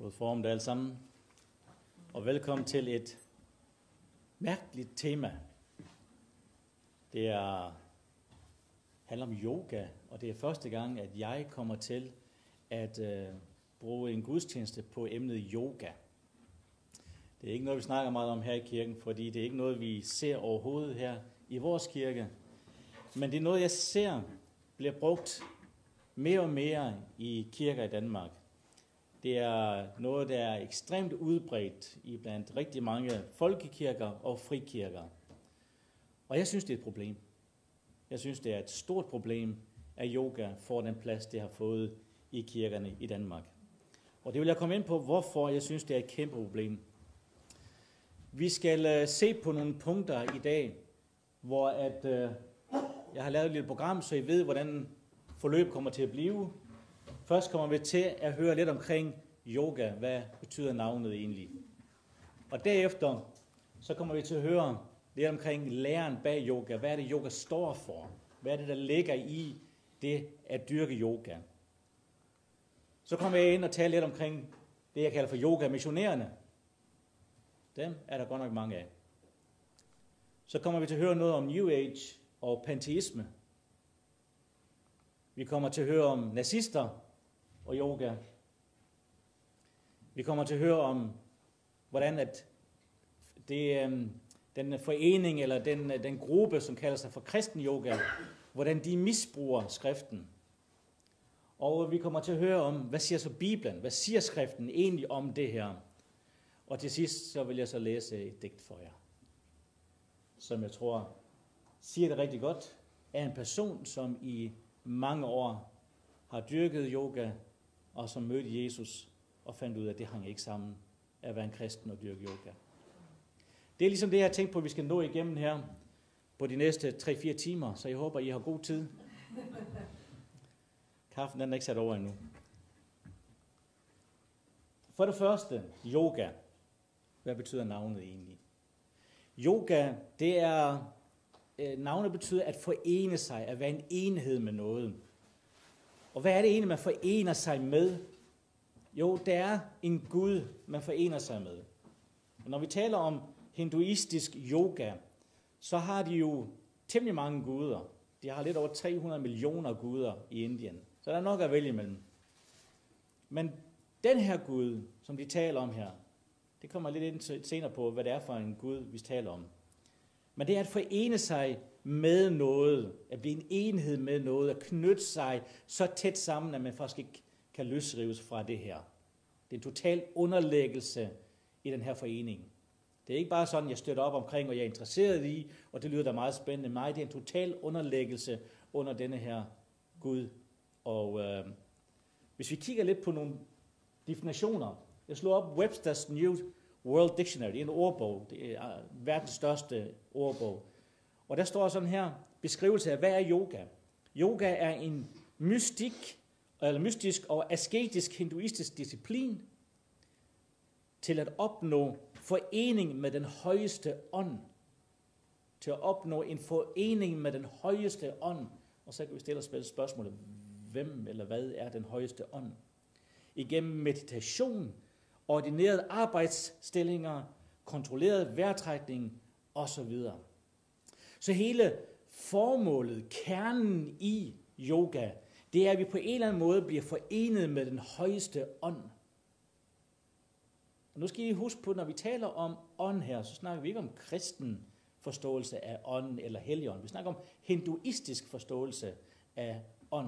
God formiddag alle sammen, og velkommen til et mærkeligt tema. Det handler om yoga, og det er første gang, at jeg kommer til at bruge en gudstjeneste på emnet yoga. Det er ikke noget, vi snakker meget om her i kirken, fordi det er ikke noget, vi ser overhovedet her i vores kirke. Men det er noget, jeg ser bliver brugt mere og mere i kirker i Danmark. Det er noget, der er ekstremt udbredt i blandt rigtig mange folkekirker og frikirker. Og jeg synes, det er et problem. Jeg synes, det er et stort problem, at yoga får den plads, det har fået i kirkerne i Danmark. Og det vil jeg komme ind på, hvorfor jeg synes, det er et kæmpe problem. Vi skal se på nogle punkter i dag, hvor jeg har lavet et lille program, så I ved, hvordan forløbet kommer til at blive. Først kommer vi til at høre lidt omkring yoga. Hvad betyder navnet egentlig? Og derefter så kommer vi til at høre lidt omkring læren bag yoga. Hvad er det, yoga står for? Hvad er det, der ligger i det at dyrke yoga? Så kommer jeg ind og tale lidt omkring det, jeg kalder for yoga-missionærerne. Dem er der godt nok mange af. Så kommer vi til at høre noget om New Age og panteisme. Vi kommer til at høre om nazister og yoga. Vi kommer til at høre om, hvordan at den forening eller den gruppe, som kalder sig for kristen yoga, hvordan de misbruger skriften. Og vi kommer til at høre om, hvad siger så Bibelen? Hvad siger skriften egentlig om det her? Og til sidst så vil jeg så læse et digt for jer, som jeg tror siger det rigtig godt, af en person, som i mange år har dyrket yoga, og som mødte Jesus og fandt ud af, at det hang ikke sammen at være en kristen og dyrke yoga. Det er ligesom det, jeg har tænkt på, at vi skal nå igennem her på de næste 3-4 timer, så jeg håber, I har god tid. Kaffen den er ikke sat over endnu. For det første, yoga. Hvad betyder navnet egentlig? Yoga, det er, navnet betyder at forene sig, at være en enhed med noget. Og hvad er det egentlig, man forener sig med? Jo, det er en Gud, man forener sig med. Og når vi taler om hinduistisk yoga, så har de jo temmelig mange guder. De har lidt over 300 millioner guder i Indien. Så der er nok at vælge imellem. Men den her Gud, som de taler om her, det kommer lidt ind senere på, hvad det er for en Gud, vi taler om. Men det er at forene sig med noget, at blive en enhed med noget, at knytte sig så tæt sammen, at man faktisk ikke kan løsrives fra det her. Det er en total underlæggelse i den her forening. Det er ikke bare sådan, jeg støtter op omkring, og jeg er interesseret i, og det lyder da meget spændende. Nej, det er en total underlæggelse under denne her Gud. Og hvis vi kigger lidt på nogle definitioner. Jeg slår op Webster's New World Dictionary. Det er en ordbog. Det er verdens største ordbog. Og der står sådan her beskrivelse af, hvad er yoga? Yoga er en mystisk og asketisk hinduistisk disciplin til at opnå forening med den højeste ånd. Til at opnå en forening med den højeste ånd. Og så kan vi stille os spørgsmålet, hvem eller hvad er den højeste ånd? Igennem meditation, ordinerede arbejdsstillinger, kontrolleret vejrtrækning osv. Så hele formålet, kernen i yoga, det er, at vi på en eller anden måde bliver forenet med den højeste ånd. Og nu skal I huske på, når vi taler om ånd her, så snakker vi ikke om kristen forståelse af ånd eller helligånd. Vi snakker om hinduistisk forståelse af ånd.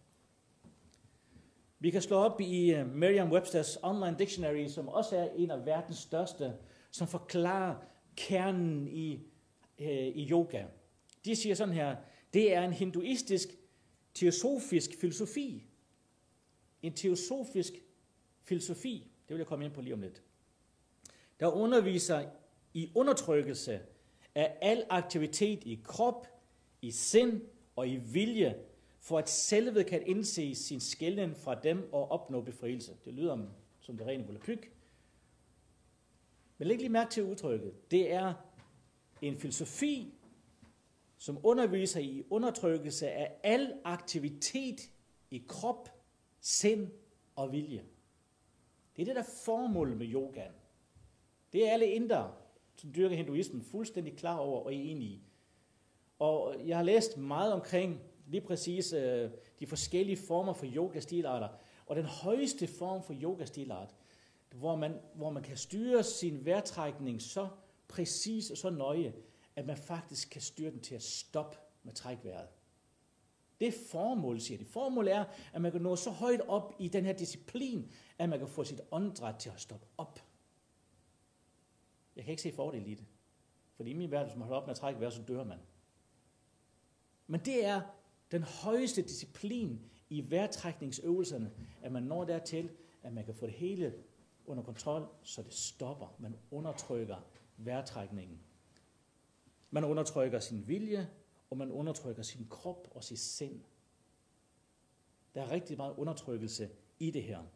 Vi kan slå op i Merriam-Webster's Online Dictionary, som også er en af verdens største, som forklarer kernen i yoga. De siger sådan her, det er en hinduistisk teosofisk filosofi. En teosofisk filosofi, det vil jeg komme ind på lige om lidt, der underviser i undertrykkelse af al aktivitet i krop, i sind og i vilje, for at selvet kan indse sin skelnen fra dem og opnå befrielse. Det lyder som det rene volapyk. Men læg lige mærke til udtrykket. Det er en filosofi, som underviser i undertrykkelse af al aktivitet i krop, sind og vilje. Det Det er det, der er formålet med yogaen. Det er alle indere, som dyrker hinduismen, fuldstændig klar over og enige i. Og jeg har læst meget omkring lige præcis de forskellige former for yoga-stilarter. Og den højeste form for yoga-stilart, hvor man kan styre sin vejrtrækning så præcis og så nøje, at man faktisk kan styre den til at stoppe med trækvejret. Det er formålet, siger de. Formålet er, at man kan nå så højt op i den her disciplin, at man kan få sit åndedræt til at stoppe op. Jeg kan ikke se fordel i det. Fordi i min verden, hvis man holder op med at trække vejret, så dør man. Men det er den højeste disciplin i vejrtrækningsøvelserne, at man når dertil, at man kan få det hele under kontrol, så det stopper. Man undertrykker vejrtrækningen. Man undertrykker sin vilje, og man undertrykker sin krop og sit sind. Der er rigtig meget undertrykkelse i det her.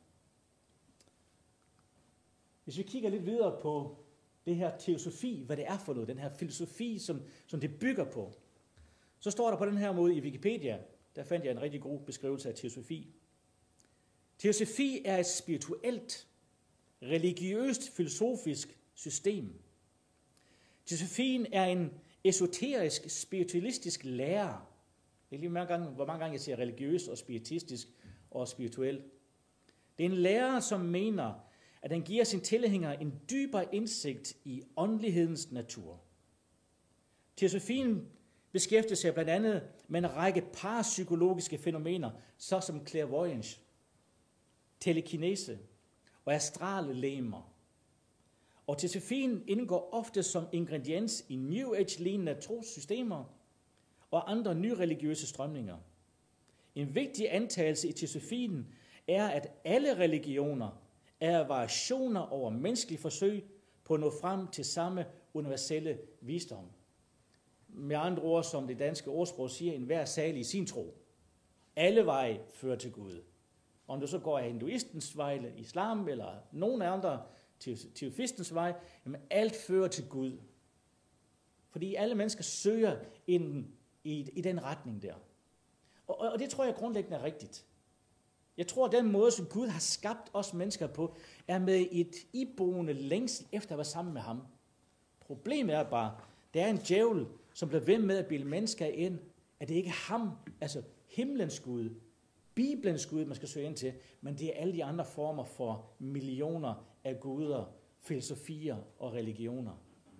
Hvis vi kigger lidt videre på det her teosofi, hvad det er for noget, den her filosofi, som det bygger på, så står der på den her måde i Wikipedia, der fandt jeg en rigtig god beskrivelse af teosofi. Teosofi er et spirituelt, religiøst, filosofisk system. Teosofien er en esoterisk, spiritualistisk lære. Det er lige hvor mange gange jeg siger religiøs og spiritistisk og spirituel. Det er en lære, som mener, at den giver sine tilhængere en dybere indsigt i åndelighedens natur. Teosofien beskæftiger sig blandt andet med en række parapsykologiske fænomener, såsom clairvoyance, telekinese og astrale legemer. Og teosofien indgår ofte som ingrediens i New Age-lignende trossystemer og andre nyreligiøse strømninger. En vigtig antagelse i teosofien er, at alle religioner er variationer over menneskelige forsøg på at nå frem til samme universelle visdom. Med andre ord, som det danske ordsprog siger, enhver salig i sin tro. Alle veje fører til Gud. Om du så går af hinduistens vej, eller islam, eller nogen andre teofistens vej, jamen alt fører til Gud. Fordi alle mennesker søger i den retning der. Og det tror jeg grundlæggende er rigtigt. Jeg tror, at den måde, som Gud har skabt os mennesker på, er med et iboende længsel efter at være sammen med ham. Problemet er bare, der er en djævel, som bliver ved med at bilde mennesker ind, at det ikke er ham, altså himlens Gud, Bibelens Gud, man skal søge ind til, men det er alle de andre former for millioner af guder, filosofier og religioner.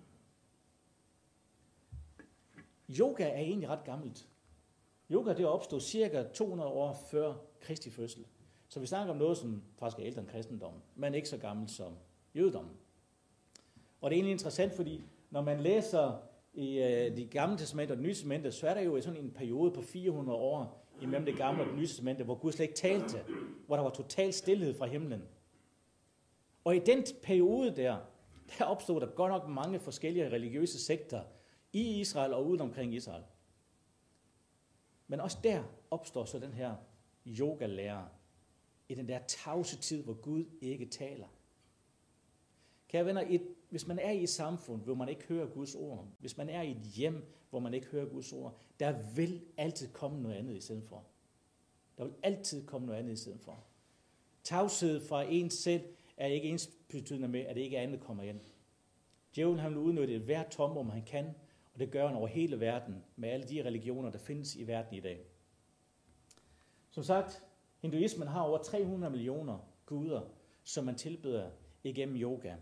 Yoga er egentlig ret gammelt. Yoga det opstod cirka 200 år før Kristi fødsel. Så vi snakker om noget, som faktisk er ældre end kristendommen, men ikke så gammelt som jødedommen. Og det er egentlig interessant, fordi når man læser i det gamle testamente og det nye testamente, så er der jo sådan en periode på 400 år imellem det gamle og det nye testamente, hvor Gud slet ikke talte, hvor der var total stilhed fra himlen. Og i den periode der opstod der godt nok mange forskellige religiøse sekter i Israel og uden omkring Israel. Men også der opstår så den her yoga-lære i den der tavse tid, hvor Gud ikke taler. Kære venner, hvis man er i et samfund, hvor man ikke hører Guds ord, hvis man er i et hjem, hvor man ikke hører Guds ord, der vil altid komme noget andet i stedet for. Der vil altid komme noget andet i stedet for. Tavshed fra en selv er ikke ensbetydende med, at det ikke andet kommer ind. Djævlen han vil udnytte hvert tomrum, han kan, og det gør han over hele verden, med alle de religioner, der findes i verden i dag. Som sagt, hinduismen har over 300 millioner guder, som man tilbeder igennem yoga.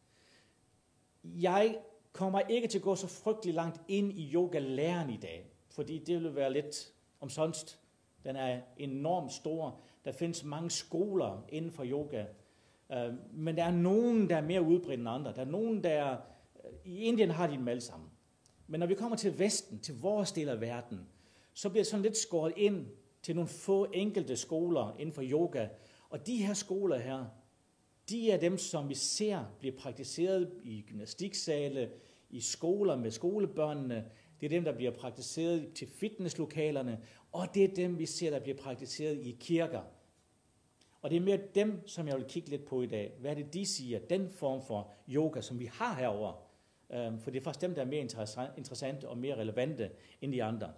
Jeg kommer ikke til at gå så frygtelig langt ind i yoga-læren i dag, fordi det vil være lidt omsonst. Den er enormt stor. Der findes mange skoler inden for yoga, men der er nogen, der er mere udbredt end andre. Der er nogen, der i Indien har de dem alle sammen. Men når vi kommer til Vesten, til vores del af verden, så bliver det sådan lidt skåret ind til nogle få enkelte skoler inden for yoga. Og de her skoler her, de er dem, som vi ser bliver praktiseret i gymnastiksale, i skoler med skolebørnene. Det er dem, der bliver praktiseret til fitnesslokalerne, og det er dem, vi ser, der bliver praktiseret i kirker. Og det er mere dem, som jeg vil kigge lidt på i dag. Hvad er det, de siger? Den form for yoga, som vi har herovre. For det er faktisk dem, der er mere interessante og mere relevante end de andre.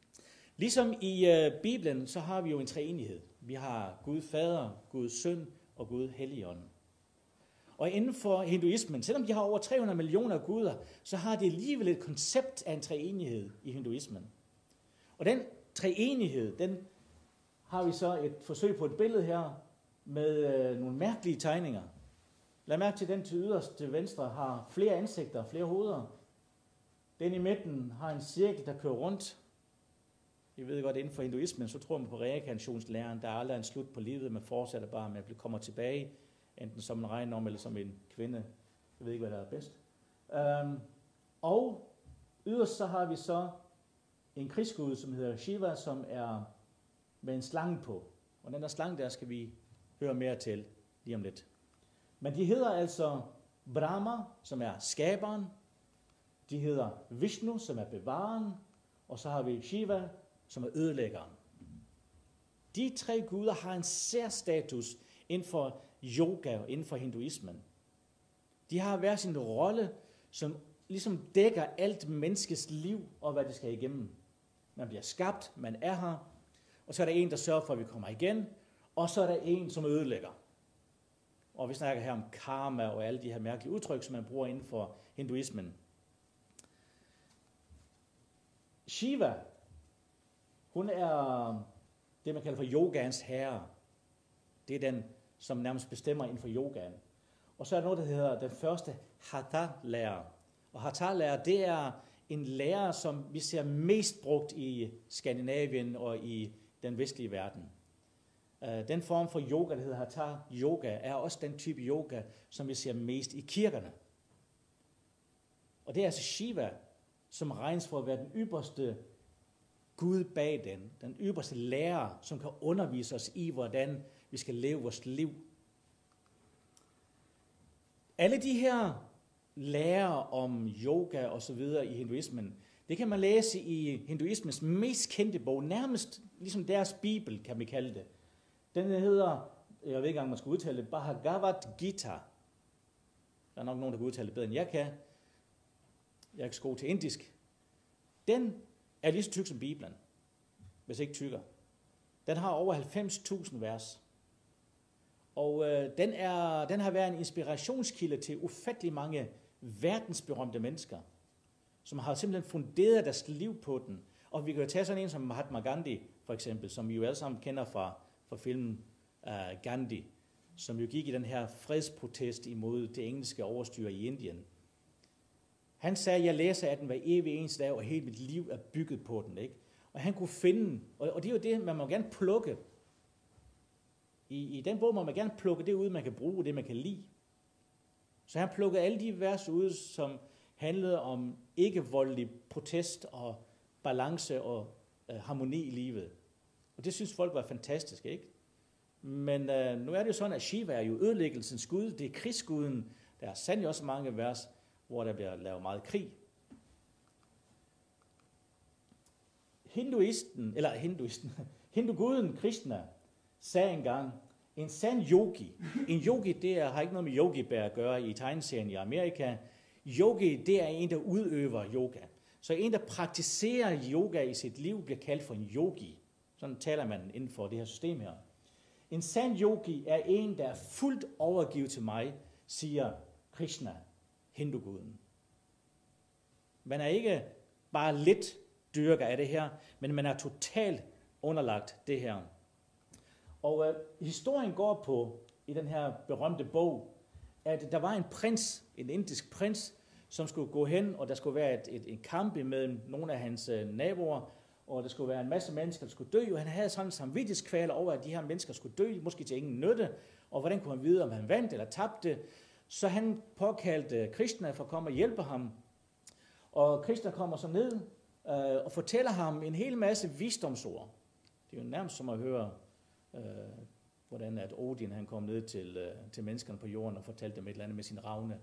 Ligesom i Bibelen, så har vi jo en treenighed. Vi har Gud Fader, Gud Søn og Gud Helligånden. Og inden for hinduismen, selvom de har over 300 millioner guder, så har de alligevel et koncept af en treenighed i hinduismen. Og den treenighed, den har vi så et forsøg på et billede her med nogle mærkelige tegninger. Lad mærke til, den til yderst til venstre har flere ansigter, flere hoveder. Den i midten har en cirkel, der kører rundt. I ved godt, inden for hinduismen, så tror man på reinkarnationslæren. Der er aldrig en slut på livet, man fortsætter bare, man kommer tilbage, enten som en regnorm eller som en kvinde. Jeg ved ikke, hvad der er bedst. Og yderst så har vi så en krigsgud, som hedder Shiva, som er med en slange på. Og den der slange der skal vi høre mere til lige om lidt. Men de hedder altså Brahma, som er skaberen. De hedder Vishnu, som er bevareren. Og så har vi Shiva, som er ødelæggeren. De tre guder har en særstatus inden for yoga og inden for hinduismen. De har hver sin rolle, som ligesom dækker alt menneskets liv og hvad det skal igennem. Man bliver skabt, man er her, og så er der en, der sørger for, at vi kommer igen, og så er der en, som ødelægger. Og vi snakker her om karma og alle de her mærkelige udtryk, som man bruger inden for hinduismen. Shiva, hun er det, man kalder for yogaens herre. Det er den, som nærmest bestemmer inden for yogaen. Og så er der noget, der hedder den første hatha-lærer. Og hatha-lærer, det er en lærer, som vi ser mest brugt i Skandinavien og i den vestlige verden. Den form for yoga, der hedder hatha yoga, er også den type yoga, som vi ser mest i kirkerne. Og det er altså Shiva, som regnes for at være den ypperste Gud bag den ypperste lærer, som kan undervise os i, hvordan vi skal leve vores liv. Alle de her lærer om yoga og så videre i hinduismen, det kan man læse i hinduismens mest kendte bog, nærmest ligesom deres bibel, kan vi kalde det. Den hedder, jeg ved ikke engang, man skal udtale det, Bhagavad Gita. Der er nok nogen, der kan udtale det bedre, end jeg kan. Jeg er ikke så god til indisk. Den er lige så tyk som Bibelen, hvis ikke tykkere. Den har over 90.000 vers. Og den har været en inspirationskilde til ufattelig mange verdensberømte mennesker, som har simpelthen funderet deres liv på den. Og vi kan jo tage sådan en som Mahatma Gandhi, for eksempel, som vi jo alle sammen kender fra filmen Gandhi, som jo gik i den her fredsprotest imod det engelske overstyre i Indien. Han sagde, jeg læser af den hver evig eneste dag, og hele mit liv er bygget på den. Ikke? Og han kunne finde, og det er jo det, man må gerne plukke. I den bog må man gerne plukke det ud, man kan bruge, det man kan lide. Så han plukkede alle de vers ud, som handlede om ikke-voldelig protest og balance og harmoni i livet. Og det synes folk var fantastisk, ikke? Men nu er det jo sådan, at Shiva er jo ødelæggelsens gud, det er krigsguden. Der er sandelig også mange vers, hvor der bliver lavet meget krig. Hinduguden Krishna sagde engang, en sand yogi, en yogi har ikke noget med yogibær at gøre i tegneserien i Amerika. Yogi, det er en, der udøver yoga. Så en, der praktiserer yoga i sit liv, bliver kaldt for en yogi. Sådan taler man inden for det her system her. En sand yogi er en, der er fuldt overgivet til mig, siger Krishna, hinduguden. Man er ikke bare lidt dyrker af det her, men man er totalt underlagt det her. Og historien går på, i den her berømte bog, at der var en prins, en indisk prins, som skulle gå hen, og der skulle være en kamp imellem nogle af hans naboer, og der skulle være en masse mennesker, der skulle dø, og han havde sådan en samvittighedskvaler over, at de her mennesker skulle dø, måske til ingen nytte, og hvordan kunne han vide, om han vandt eller tabte. Så han påkaldte Krishna for at komme og hjælpe ham, og Krishna kommer så ned og fortæller ham en hel masse visdomsord. Det er jo nærmest som at høre, hvordan at Odin han kom ned til menneskerne på jorden og fortalte dem et eller andet med sin ravne.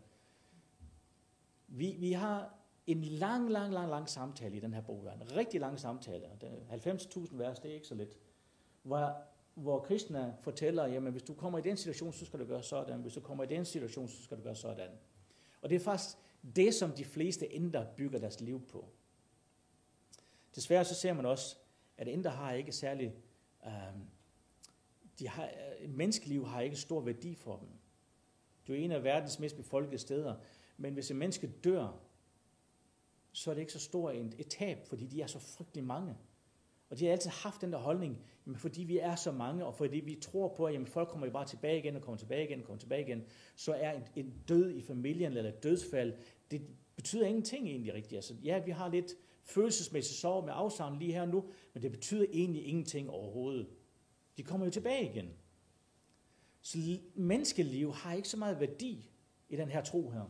Vi har en lang samtale i den her bog. En rigtig lang samtale. 90.000 vers, det er ikke så lidt. Hvor Krishna fortæller, jamen hvis du kommer i den situation, så skal du gøre sådan. Hvis du kommer i den situation, så skal du gøre sådan. Og det er faktisk det, som de fleste inder bygger deres liv på. Desværre så ser man også, at inder har ikke særlig menneskeliv har ikke stor værdi for dem. Det er jo en af verdens mest befolkede steder. Men hvis et menneske dør, så er det ikke så stor et tab, fordi de er så frygtelig mange. Og de har altid haft den der holdning, jamen fordi vi er så mange, og fordi vi tror på, at jamen folk kommer jo bare tilbage igen, og kommer tilbage igen, og kommer tilbage igen, så er en død i familien, eller et dødsfald, det betyder ingenting egentlig rigtigt. Altså, ja, vi har lidt følelsesmæssigt sorg med afsavn lige her og nu, men det betyder egentlig ingenting overhovedet. De kommer jo tilbage igen. Så menneskeliv har ikke så meget værdi i den her tro her.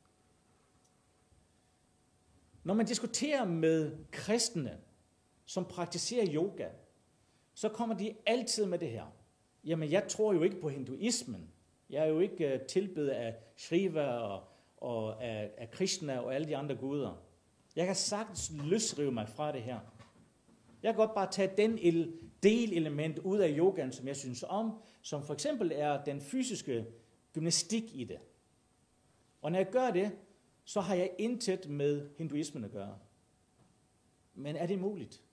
Når man diskuterer med kristne, som praktiserer yoga, så kommer de altid med det her. Jamen, jeg tror jo ikke på hinduismen. Jeg er jo ikke tilbedt af Shiva og af Krishna og alle de andre guder. Jeg kan sagtens løsrive mig fra det her. Jeg kan godt bare tage den delelement ud af yogaen, som jeg synes om, som for eksempel er den fysiske gymnastik i det. Og når jeg gør det, så har jeg intet med hinduismen at gøre. Men er det muligt?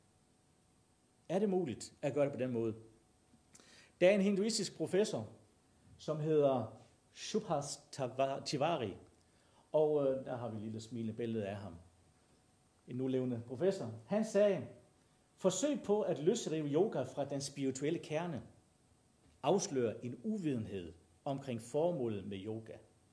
Er det muligt at gøre det på den måde? Der er en hinduistisk professor, som hedder Subhas Tiwari, og der har vi et lille smilende billede af ham. En nulevende professor. Han sagde, forsøg på at løsrive yoga fra den spirituelle kerne afslører en uvidenhed omkring formålet med yoga.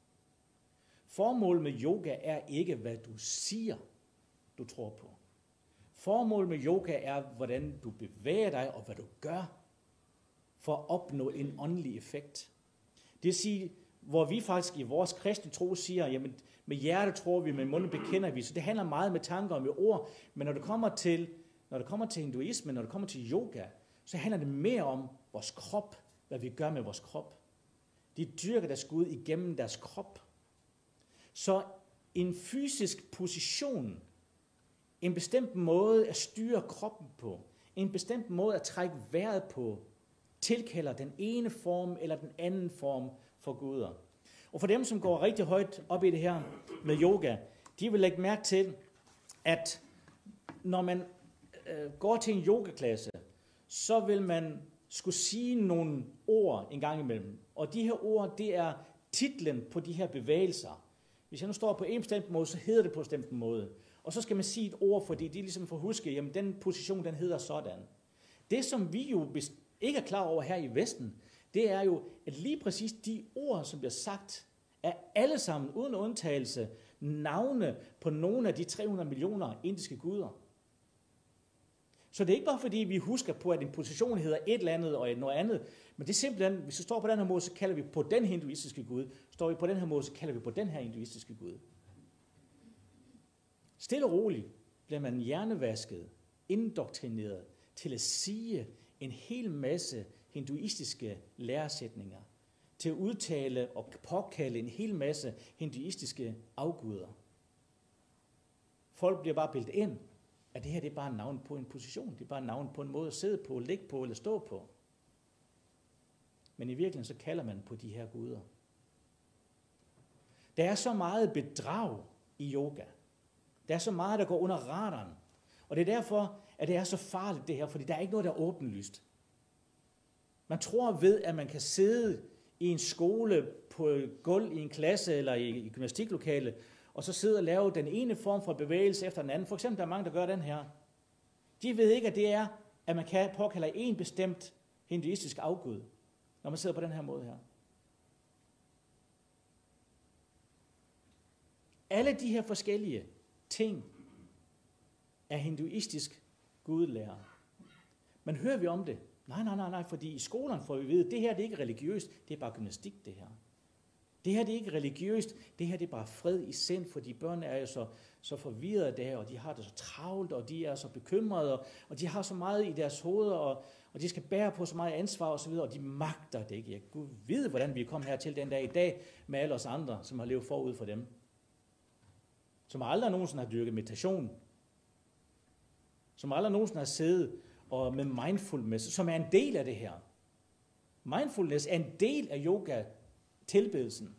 Formålet med yoga er ikke, hvad du siger, du tror på. Formålet med yoga er, hvordan du bevæger dig, og hvad du gør for at opnå en åndelig effekt. Det vil sige, hvor vi faktisk i vores kristne tro siger, jamen med hjertet tror vi, med munden bekender vi. Så det handler meget med tanker og med ord. Men når det kommer til hinduismen, når det kommer til yoga, så handler det mere om vores krop, hvad vi gør med vores krop. De dyrker deres Gud igennem deres krop. Så en fysisk position, en bestemt måde at styre kroppen på, en bestemt måde at trække vejret på, tilkalder den ene form eller den anden form for guder. Og for dem, som går rigtig højt op i det her med yoga, de vil lægge mærke til, at når man går til en yogaklasse, så vil man skulle sige nogle ord en gang imellem. Og de her ord, det er titlen på de her bevægelser. Hvis jeg nu står på en bestemt måde, så hedder det på en bestemt måde. Og så skal man sige et ord, fordi de ligesom får huske, jamen den position, den hedder sådan. Det, som vi jo ikke er klar over her i Vesten, det er jo, at lige præcis de ord, som bliver sagt, er alle sammen, uden undtagelse, navne på nogle af de 300 millioner indiske guder. Så det er ikke bare fordi, vi husker på, at en position hedder et eller andet og noget andet, men det er simpelthen, hvis du står på den her måde, så kalder vi på den hinduistiske gud. Står vi på den her måde, så kalder vi på den her hinduistiske gud. Stille og roligt bliver man hjernevasket, indoktrineret til at sige en hel masse hinduistiske læresætninger, til at udtale og påkalde en hel masse hinduistiske afguder. Folk bliver bare bildet ind, at det her det er bare navn på en position, det er bare navn på en måde at sidde på, ligge på eller stå på. Men i virkeligheden så kalder man på de her guder. Der er så meget bedrag i yoga. Der er så meget, der går under radaren. Og det er derfor, at det er så farligt det her, fordi der er ikke noget, der er åbenlyst. Man tror ved, at man kan sidde i en skole på et gulv i en klasse eller i gymnastiklokale, og så sidde og lave den ene form for bevægelse efter den anden. For eksempel, der er mange, der gør den her. De ved ikke, at det er, at man kan påkalde en bestemt hinduistisk afgud, når man sidder på den her måde her. Alle de her forskellige ting er hinduistisk gudlære. Men hører vi om det? Nej, fordi i skolerne får vi at vide, at det her det er ikke religiøst, det er bare gymnastik det her. Det her det er ikke religiøst, det her det er bare fred i sind, fordi børn er jo så forvirrede der, og de har det så travlt, og de er så bekymrede, og de har så meget i deres hoveder, og de skal bære på så meget ansvar osv., og de magter det ikke. Jeg kunne vide, hvordan vi er kommet hertil den dag i dag, med alle os andre, som har levet forud for dem. Som aldrig nogensinde har dyrket meditation, som aldrig nogensinde har siddet og med mindfulness, som er en del af det her. Mindfulness er en del af yoga-tilbedelsen.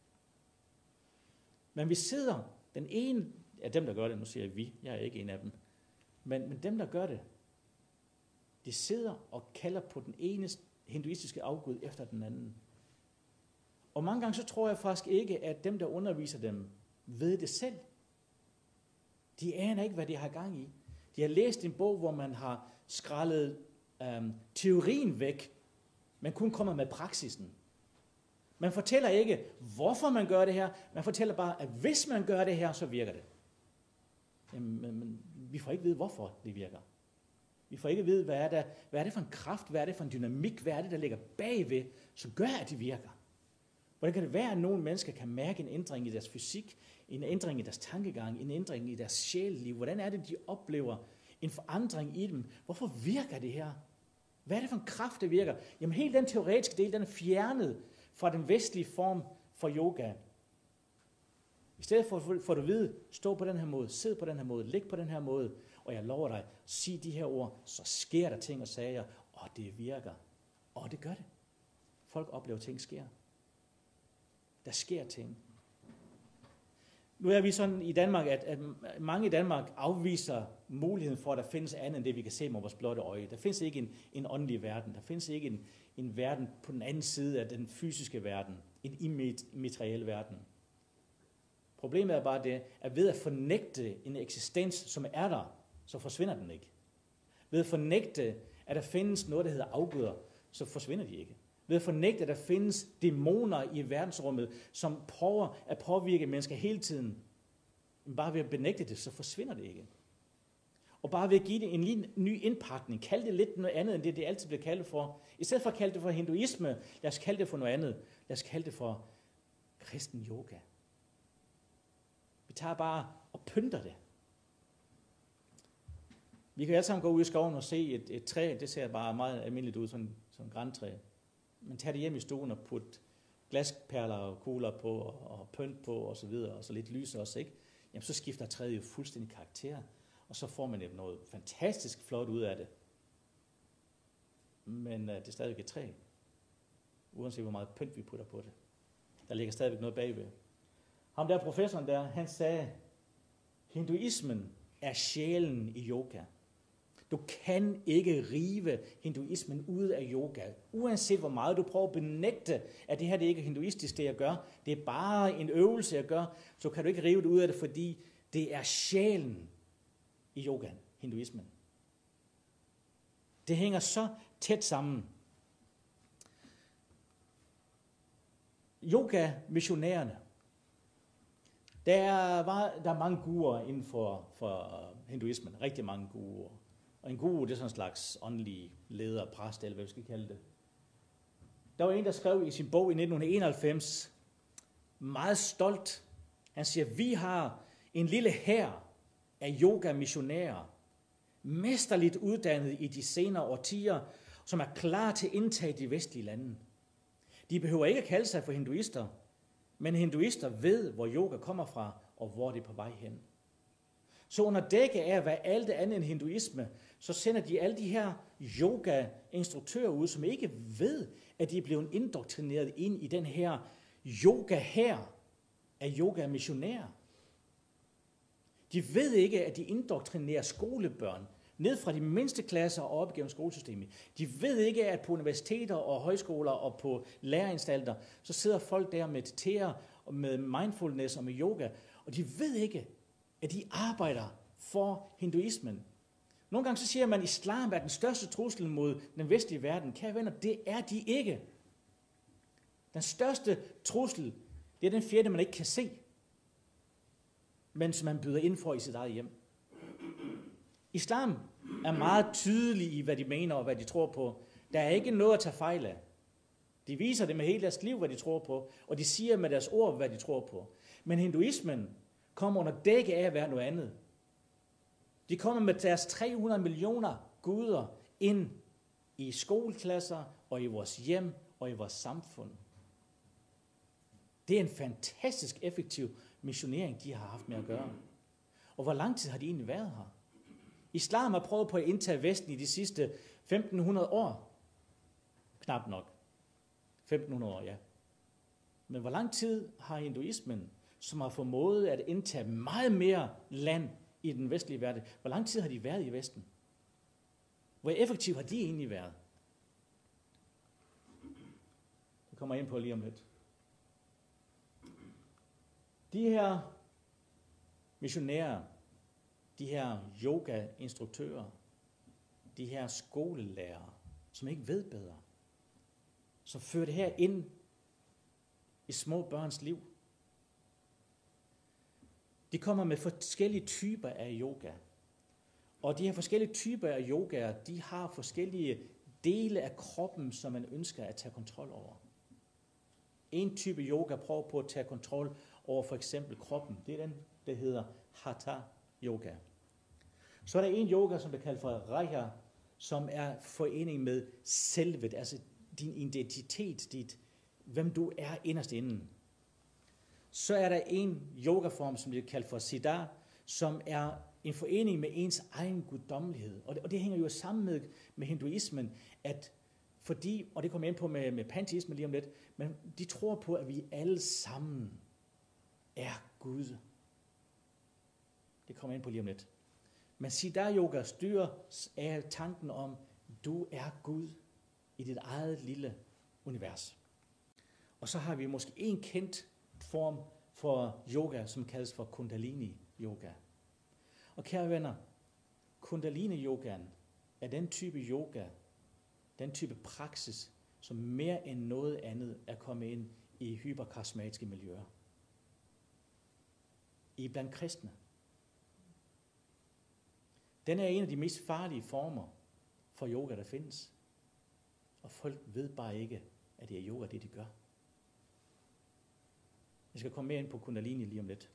Men vi sidder, den ene af dem, der gør det, nu siger jeg vi, jeg er ikke en af dem, men dem, der gør det, de sidder og kalder på den ene hinduistiske afgud efter den anden. Og mange gange så tror jeg faktisk ikke, at dem, der underviser dem, ved det selv. De aner ikke, hvad de har gang i. De har læst en bog, hvor man har skrællet teorien væk, men kun kommer med praksisen. Man fortæller ikke, hvorfor man gør det her. Man fortæller bare, at hvis man gør det her, så virker det. Men vi får ikke vide, hvorfor det virker. Vi får ikke vide, hvad er det for en kraft, hvad er det for en dynamik, hvad er det, der ligger bagved, som gør, at det virker. Hvordan kan det være, at nogle mennesker kan mærke en ændring i deres fysik, en ændring i deres tankegang, en ændring i deres sjæleliv? Hvordan er det, de oplever en forandring i dem? Hvorfor virker det her? Hvad er det for en kraft, der virker? Jamen hele den teoretiske del, den er fjernet fra den vestlige form for yoga. I stedet for at du at vide, stå på den her måde, sid på den her måde, lig på den her måde, og jeg lover dig, sig de her ord, så sker der ting og sager, og det virker. Og det gør det. Folk oplever, at ting sker. Der sker ting. Nu er vi sådan i Danmark, at mange i Danmark afviser muligheden for, at der findes andet end det, vi kan se med vores blotte øje. Der findes ikke en åndelig verden. Der findes ikke en verden på den anden side af den fysiske verden. En immateriel verden. Problemet er bare det, at ved at fornægte en eksistens, som er der, så forsvinder den ikke. Ved at fornægte, at der findes noget, der hedder afguder, så forsvinder de ikke. Ved at fornægte, at der findes dæmoner i verdensrummet, som prøver at påvirke mennesker hele tiden. Men bare ved at benægte det, så forsvinder det ikke. Og bare ved at give det en lige ny indpakning, kalde det lidt noget andet, end det altid bliver kaldt for. I stedet for at kalde det for hinduisme, lad os kalde det for noget andet. Lad os kalde det for kristen yoga. Vi tager bare og pynter det. Vi kan alle sammen gå ud i skoven og se et træ, det ser bare meget almindeligt ud, sådan et grantræ. Men tag det hjem i stuen og put glasperler og kugler på og pynt på og så videre, og så lidt lys også, ikke? Jamen så skifter træet jo fuldstændig karakter, og så får man noget fantastisk flot ud af det. Men det er stadigvæk et træ, uanset hvor meget pynt vi putter på det. Der ligger stadigvæk noget bagved. Ham der professoren der, han sagde, hinduismen er sjælen i yoga. Du kan ikke rive hinduismen ud af yoga. Uanset hvor meget du prøver at benægte, at det her det ikke er hinduistisk, det jeg gør. Det er bare en øvelse, jeg gør. Så kan du ikke rive det ud af det, fordi det er sjælen i yogaen, hinduismen. Det hænger så tæt sammen. Yoga-missionærerne. Der er mange guruer inden for hinduismen. Rigtig mange guruer. Og en guru, det er sådan en slags åndelig leder, præst, eller hvad vi skal kalde det. Der var en, der skrev i sin bog i 1991, meget stolt. Han siger, vi har en lille hær af yoga-missionærer, mesterligt uddannet i de senere årtier, som er klar til at indtage de vestlige lande. De behøver ikke at kalde sig for hinduister, men hinduister ved, hvor yoga kommer fra, og hvor det er på vej hen. Så under dække af at være alt det andet end hinduisme, så sender de alle de her yoga-instruktører ud, som ikke ved, at de er blevet indoktrineret ind i den her yoga-hær af yoga-missionærer. De ved ikke, at de indoktrinerer skolebørn, ned fra de mindste klasser og op gennem skolesystemet. De ved ikke, at på universiteter og højskoler og på læreranstalter, så sidder folk der med teer og med mindfulness og med yoga, og de ved ikke, at de arbejder for hinduismen. Nogle gange så siger man, at islam er den største trussel mod den vestlige verden. Kære venner, det er de ikke. Den største trussel, det er den fjende, man ikke kan se, men som man byder ind for i sit eget hjem. Islam er meget tydelig i, hvad de mener og hvad de tror på. Der er ikke noget at tage fejl af. De viser det med hele deres liv, hvad de tror på, og de siger med deres ord, hvad de tror på. Men hinduismen kommer under dække af at være noget andet. De kommer med deres 300 millioner guder ind i skoleklasser og i vores hjem og i vores samfund. Det er en fantastisk effektiv missionering, de har haft med at gøre. Og hvor lang tid har de egentlig været her? Islam har prøvet på at indtage Vesten i de sidste 1500 år. Knap nok. 1500 år, ja. Men hvor lang tid har hinduismen, som har formået at indtage meget mere land i den vestlige verden, hvor lang tid har de været i Vesten? Hvor effektiv har de egentlig været? Det kommer jeg ind på lige om lidt. De her missionærer, de her yoga-instruktører, de her skolelærere, som ikke ved bedre, som fører det her ind i små børns liv. De kommer med forskellige typer af yoga. Og de her forskellige typer af yoga, de har forskellige dele af kroppen, som man ønsker at tage kontrol over. En type yoga prøver på at tage kontrol over for eksempel kroppen. Det er den, der hedder Hatha yoga. Så er der en yoga, som bliver kaldt for Raja, som er forening med selvet, altså din identitet, hvem du er inderst inden. Så er der en yogaform, som bliver kaldt for Siddha, som er en forening med ens egen guddommelighed. Og det hænger jo sammen med hinduismen, at fordi, og det kommer jeg ind på med panteismen lige om lidt, men de tror på, at vi alle sammen er Gud. Det kommer jeg ind på lige om lidt. Men Siddha yoga styrer af tanken om, du er Gud i dit eget lille univers. Og så har vi måske en kendt form for yoga, som kaldes for Kundalini yoga. Og kære venner, Kundalini yogaen er den type yoga, den type praksis, som mere end noget andet er kommet ind i hyperkarismatiske miljøer. I blandt kristne. Den er en af de mest farlige former for yoga, der findes. Og folk ved bare ikke, at det er yoga, det de gør. Jeg skal komme mere ind på Kundalini lige om lidt.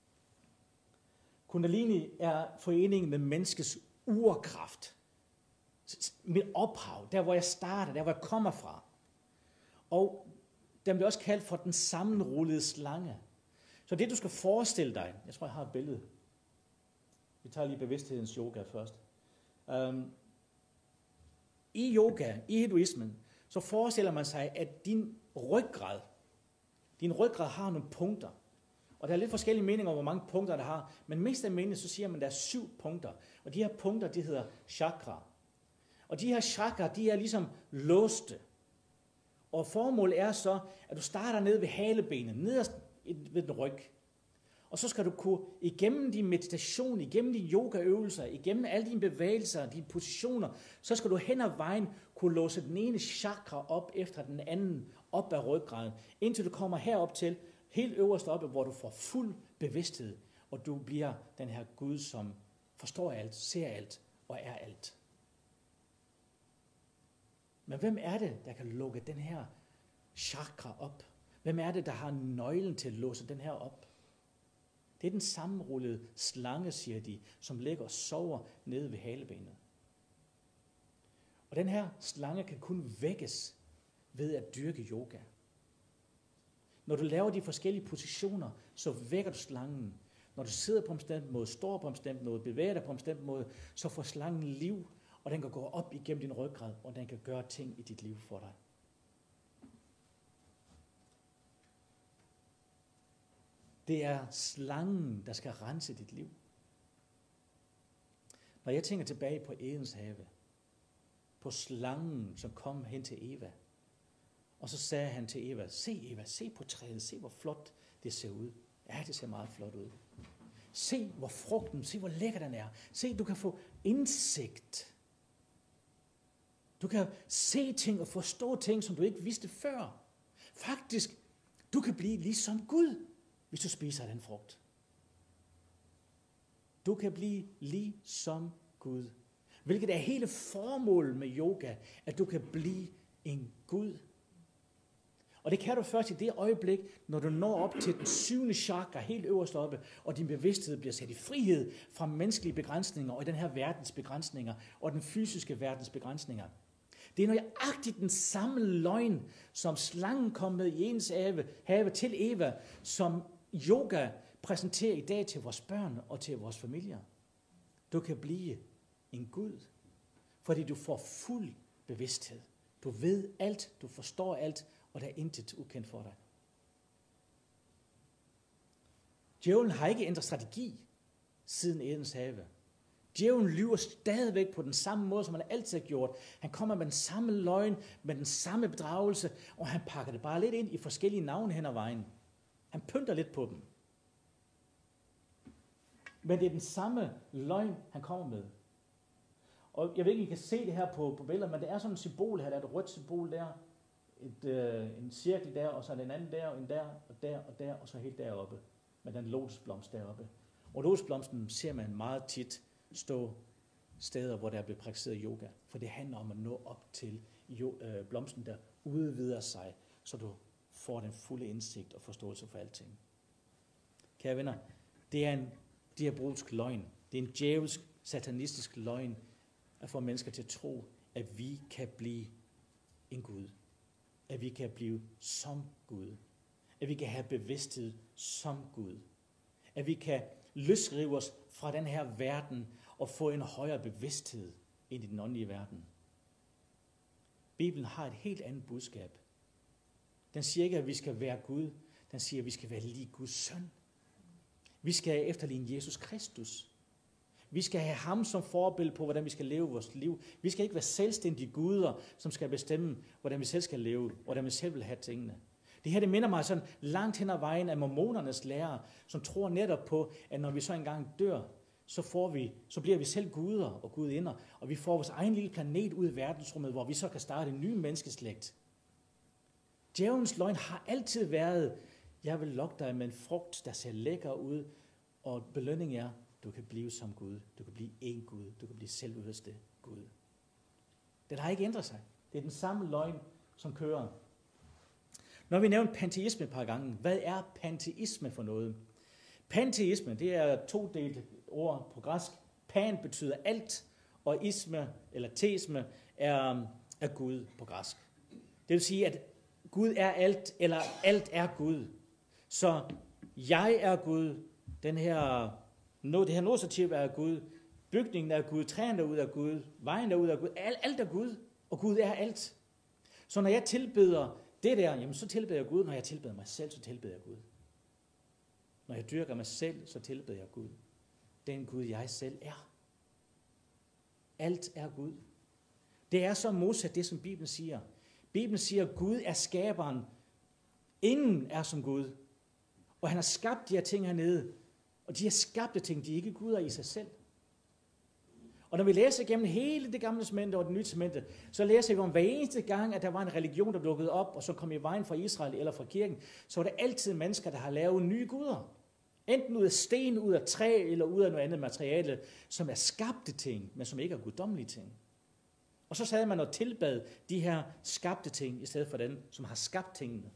Kundalini er foreningen med menneskets urkraft. Mit ophav, der hvor jeg starter, der hvor jeg kommer fra. Og den bliver også kaldt for den sammenrullede slange. Så det du skal forestille dig, jeg tror jeg har et billede. Vi tager lige bevidsthedens yoga først. I yoga, i hinduismen, så forestiller man sig, at din ryggrad har nogle punkter. Og der er lidt forskellige meninger om, hvor mange punkter der har. Men mest af meningen, så siger man, at der er 7 punkter. Og de her punkter, de hedder chakra. Og de her chakra, de er ligesom låste. Og formålet er så, at du starter ned ved halebenet, nederst ved den ryg. Og så skal du kunne, igennem din meditation, igennem dine yogaøvelser, igennem alle dine bevægelser, dine positioner, så skal du hen ad vejen kunne låse den ene chakra op efter den anden, op ad ryggraden, indtil du kommer herop til, helt øverst oppe, hvor du får fuld bevidsthed, og du bliver den her Gud, som forstår alt, ser alt og er alt. Men hvem er det, der kan lukke den her chakra op? Hvem er det, der har nøglen til at låse den her op? Det er den sammenrullede slange, siger de, som ligger og sover nede ved halebenet. Og den her slange kan kun vækkes ved at dyrke yoga. Når du laver de forskellige positioner, så vækker du slangen. Når du sidder på en bestemt måde, står på en bestemt måde, bevæger dig på en bestemt måde, så får slangen liv, og den kan gå op igennem din ryggrad, og den kan gøre ting i dit liv for dig. Det er slangen, der skal rense dit liv. Når jeg tænker tilbage på Edens have, på slangen, som kom hen til Eva, og så sagde han til Eva, se på træet, se hvor flot det ser ud. Ja, det ser meget flot ud. Se hvor frugten, se hvor lækker den er. Se, du kan få indsigt. Du kan se ting og forstå ting, som du ikke vidste før. Faktisk, du kan blive ligesom Gud, hvis du spiser den frugt. Du kan blive ligesom Gud. Hvilket er hele formålet med yoga, at du kan blive en Gud. Og det kan du først i det øjeblik, når du når op til den 7. chakra, helt øverst oppe, og din bevidsthed bliver sat i frihed fra menneskelige begrænsninger, og i den her verdens begrænsninger, og den fysiske verdens begrænsninger. Det er nøjagtigt den samme løgn, som slangen kom med i ens have til Eva, som yoga præsenterer i dag til vores børn og til vores familier. Du kan blive en Gud, fordi du får fuld bevidsthed. Du ved alt, du forstår alt, og der er intet ukendt for dig. Djævlen har ikke ændret strategi siden Edens have. Djævlen lyver stadigvæk på den samme måde, som han altid har gjort. Han kommer med den samme løgn, med den samme bedragelse, og han pakker det bare lidt ind i forskellige navne hen ad vejen. Han pynter lidt på dem. Men det er den samme løgn, han kommer med. Og jeg ved ikke, I kan se det her på billedet, men det er sådan et symbol her. Der er et rødt symbol der, en cirkel der, og så er der en anden der, og en der, og der, og der, og så helt deroppe. Med den lotusblomst deroppe. Og lotusblomsten ser man meget tit stå steder, hvor der er blevet praktiseret yoga. For det handler om at nå op til blomsten, der udvider sig, så du får den fulde indsigt og forståelse for alting. Kære venner, det er en diabolsk løgn. Det er en djævelsk, satanistisk løgn at få mennesker til at tro, at vi kan blive en Gud. At vi kan blive som Gud. At vi kan have bevidsthed som Gud. At vi kan løsrive os fra den her verden og få en højere bevidsthed ind i den åndelige verden. Bibelen har et helt andet budskab. Den siger ikke, at vi skal være Gud. Den siger, at vi skal være lige Guds søn. Vi skal efterligne Jesus Kristus. Vi skal have ham som forbillede på, hvordan vi skal leve vores liv. Vi skal ikke være selvstændige guder, som skal bestemme, hvordan vi selv skal leve, hvordan vi selv vil have tingene. Det her, det minder mig sådan langt hen ad vejen af mormonernes lærere, som tror netop på, at når vi så engang dør, så bliver vi selv guder og gudinder, og vi får vores egen lille planet ud i verdensrummet, hvor vi så kan starte en ny menneskeslægt. Djævelens løgn har altid været, jeg vil lokke dig med en frugt, der ser lækker ud, og belønningen er, du kan blive som Gud, du kan blive en Gud, du kan blive selvøverste Gud. Den har ikke ændret sig. Det er den samme løgn, som kører. Når vi nævner panteisme et par gange, hvad er panteisme for noget? Panteisme, det er todelt ord på græsk. Pan betyder alt, og isme, eller teisme, er Gud på græsk. Det vil sige, at Gud er alt, eller alt er Gud. Så jeg er Gud, det her notativ er Gud, bygningen er Gud, træerne derude er Gud, vejen derude er Gud, alt er Gud, og Gud er alt. Så når jeg tilbeder det der, jamen så tilbeder jeg Gud. Når jeg tilbeder mig selv, så tilbeder jeg Gud. Når jeg dyrker mig selv, så tilbeder jeg Gud. Den Gud, jeg selv er. Alt er Gud. Det er så modsat det, som Bibelen siger. Bibelen siger, at Gud er skaberen. Ingen er som Gud. Og han har skabt de her ting hernede. Og de her skabte ting, de er ikke guder i sig selv. Og når vi læser igennem hele det gamle testamente og det nye testamente, så læser vi om hver eneste gang, at der var en religion, der dukkede op, og så kom i vejen fra Israel eller fra kirken, så var der altid mennesker, der har lavet nye guder. Enten ud af sten, ud af træ, eller ud af noget andet materiale, som er skabte ting, men som ikke er guddommelige ting. Og så sad man og tilbad de her skabte ting, i stedet for den, som har skabt tingene.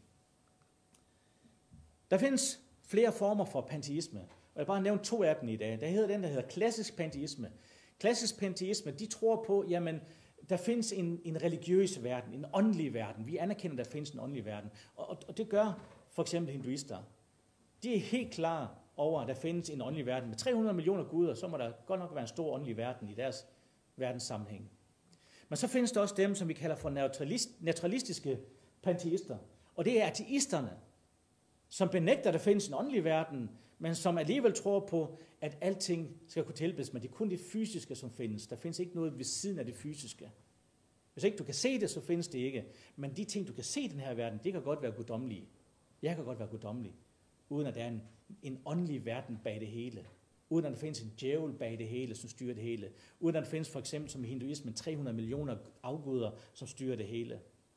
Der findes flere former for panteisme, og jeg vil bare nævne 2 af dem i dag. Der hedder klassisk panteisme. Klassisk panteisme, de tror på, jamen, der findes en religiøs verden, en åndelig verden. Vi anerkender, at der findes en åndelig verden. Og det gør for eksempel hinduister. De er helt klar over, at der findes en åndelig verden. Med 300 millioner guder, så må der godt nok være en stor åndelig verden i deres verdenssammenhæng. Men så findes der også dem, som vi kalder for naturalistiske panteister. Og det er ateisterne, som benægter, at der findes en åndelig verden, men som alligevel tror på, at alting skal kunne tilbedes, men det er kun det fysiske, som findes. Der findes ikke noget ved siden af det fysiske. Hvis ikke du kan se det, så findes det ikke. Men de ting, du kan se i den her verden, det kan godt være guddommelige. Jeg kan godt være guddommelig, uden at der er en åndelig verden bag det hele. Uden at der findes en djævel bag det hele, som styrer det hele. Uden at der findes for eksempel som i hinduismen 300 millioner afguder, som styrer det hele.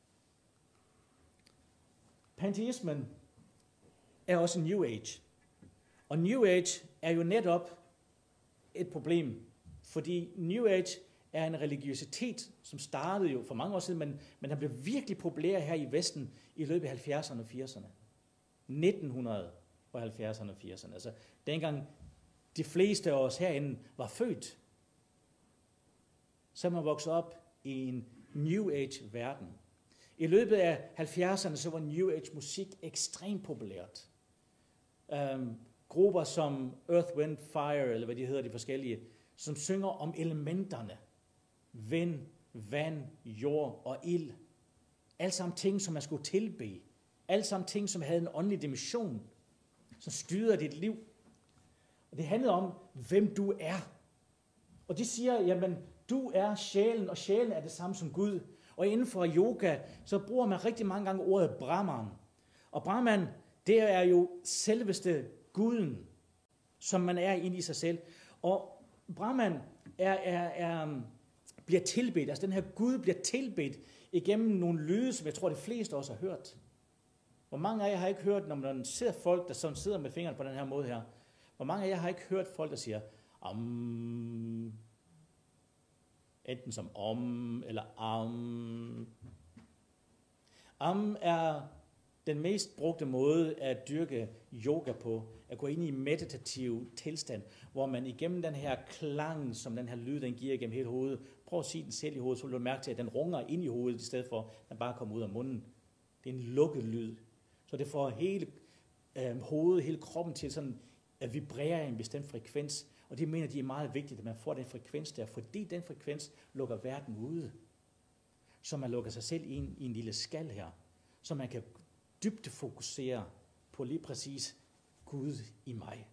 Panteismen er også New Age. Og New Age er jo netop et problem, fordi New Age er en religiøsitet, som startede jo for mange år siden, men den blev virkelig populær her i Vesten i løbet af 70'erne og 80'erne. 1970'erne og 80'erne. Altså dengang de fleste af os herinde var født, så man vokset op i en New Age-verden. I løbet af 70'erne så var New Age-musik ekstremt populært. Grupper som Earth, Wind, Fire, eller hvad de hedder, de forskellige, som synger om elementerne. Vind, vand, jord og ild. Alt sammen ting, som man skulle tilbede. Alt sammen ting, som havde en åndelig dimension, som styrede dit liv. Og det handlede om, hvem du er. Og de siger, jamen, du er sjælen, og sjælen er det samme som Gud. Og inden for yoga, så bruger man rigtig mange gange ordet Brahman. Og Brahman, det er jo selveste Guden, som man er inde i sig selv. Og Brahman bliver tilbedt, altså den her Gud bliver tilbedt igennem nogle lyde, som jeg tror, de fleste også har hørt. Hvor mange af jer har ikke hørt, når man ser folk, der sådan sidder med fingrene på den her måde her, hvor mange af jer har ikke hørt folk, der siger, enten som om eller am. Am er den mest brugte måde at dyrke yoga på, at gå ind i meditativ tilstand, hvor man igennem den her klang, som den her lyd, den giver igennem hele hovedet, prøv at sige den selv i hovedet, så vil du mærke til, at den runger ind i hovedet, i stedet for, at den bare kommer ud af munden. Det er en lukket lyd. Så det får hele hovedet, hele kroppen til sådan at vibrere i en bestemt frekvens. Og det mener de er meget vigtigt, at man får den frekvens der, fordi den frekvens lukker verden ude. Så man lukker sig selv ind i en lille skal her, så man kan dybt fokusere på lige præcis Gud i mig.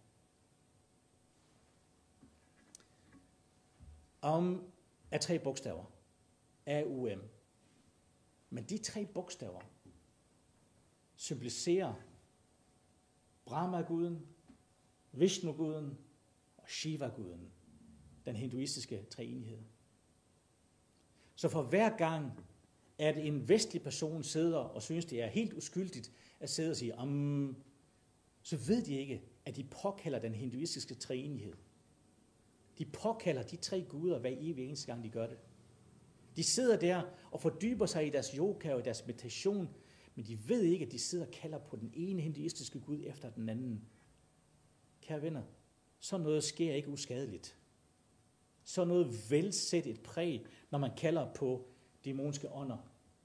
Om er 3 bogstaver. A-U-M. Men de 3 bogstaver symboliserer Brahma-guden, Vishnu-guden og Shiva-guden, den hinduistiske treenighed. Så for hver gang, at en vestlig person sidder og synes, det er helt uskyldigt at sidde og sige, så ved de ikke, at de påkalder den hinduistiske treenighed. De påkalder de 3 guder hver evig eneste gang, de gør det. De sidder der og fordyber sig i deres yoga og i deres meditation, men de ved ikke, at de sidder og kalder på den ene hinduistiske gud efter den anden. Kære venner, sådan noget sker ikke uskadeligt. Så noget vil sætte et præg, når man kalder på dæmoniske ånder.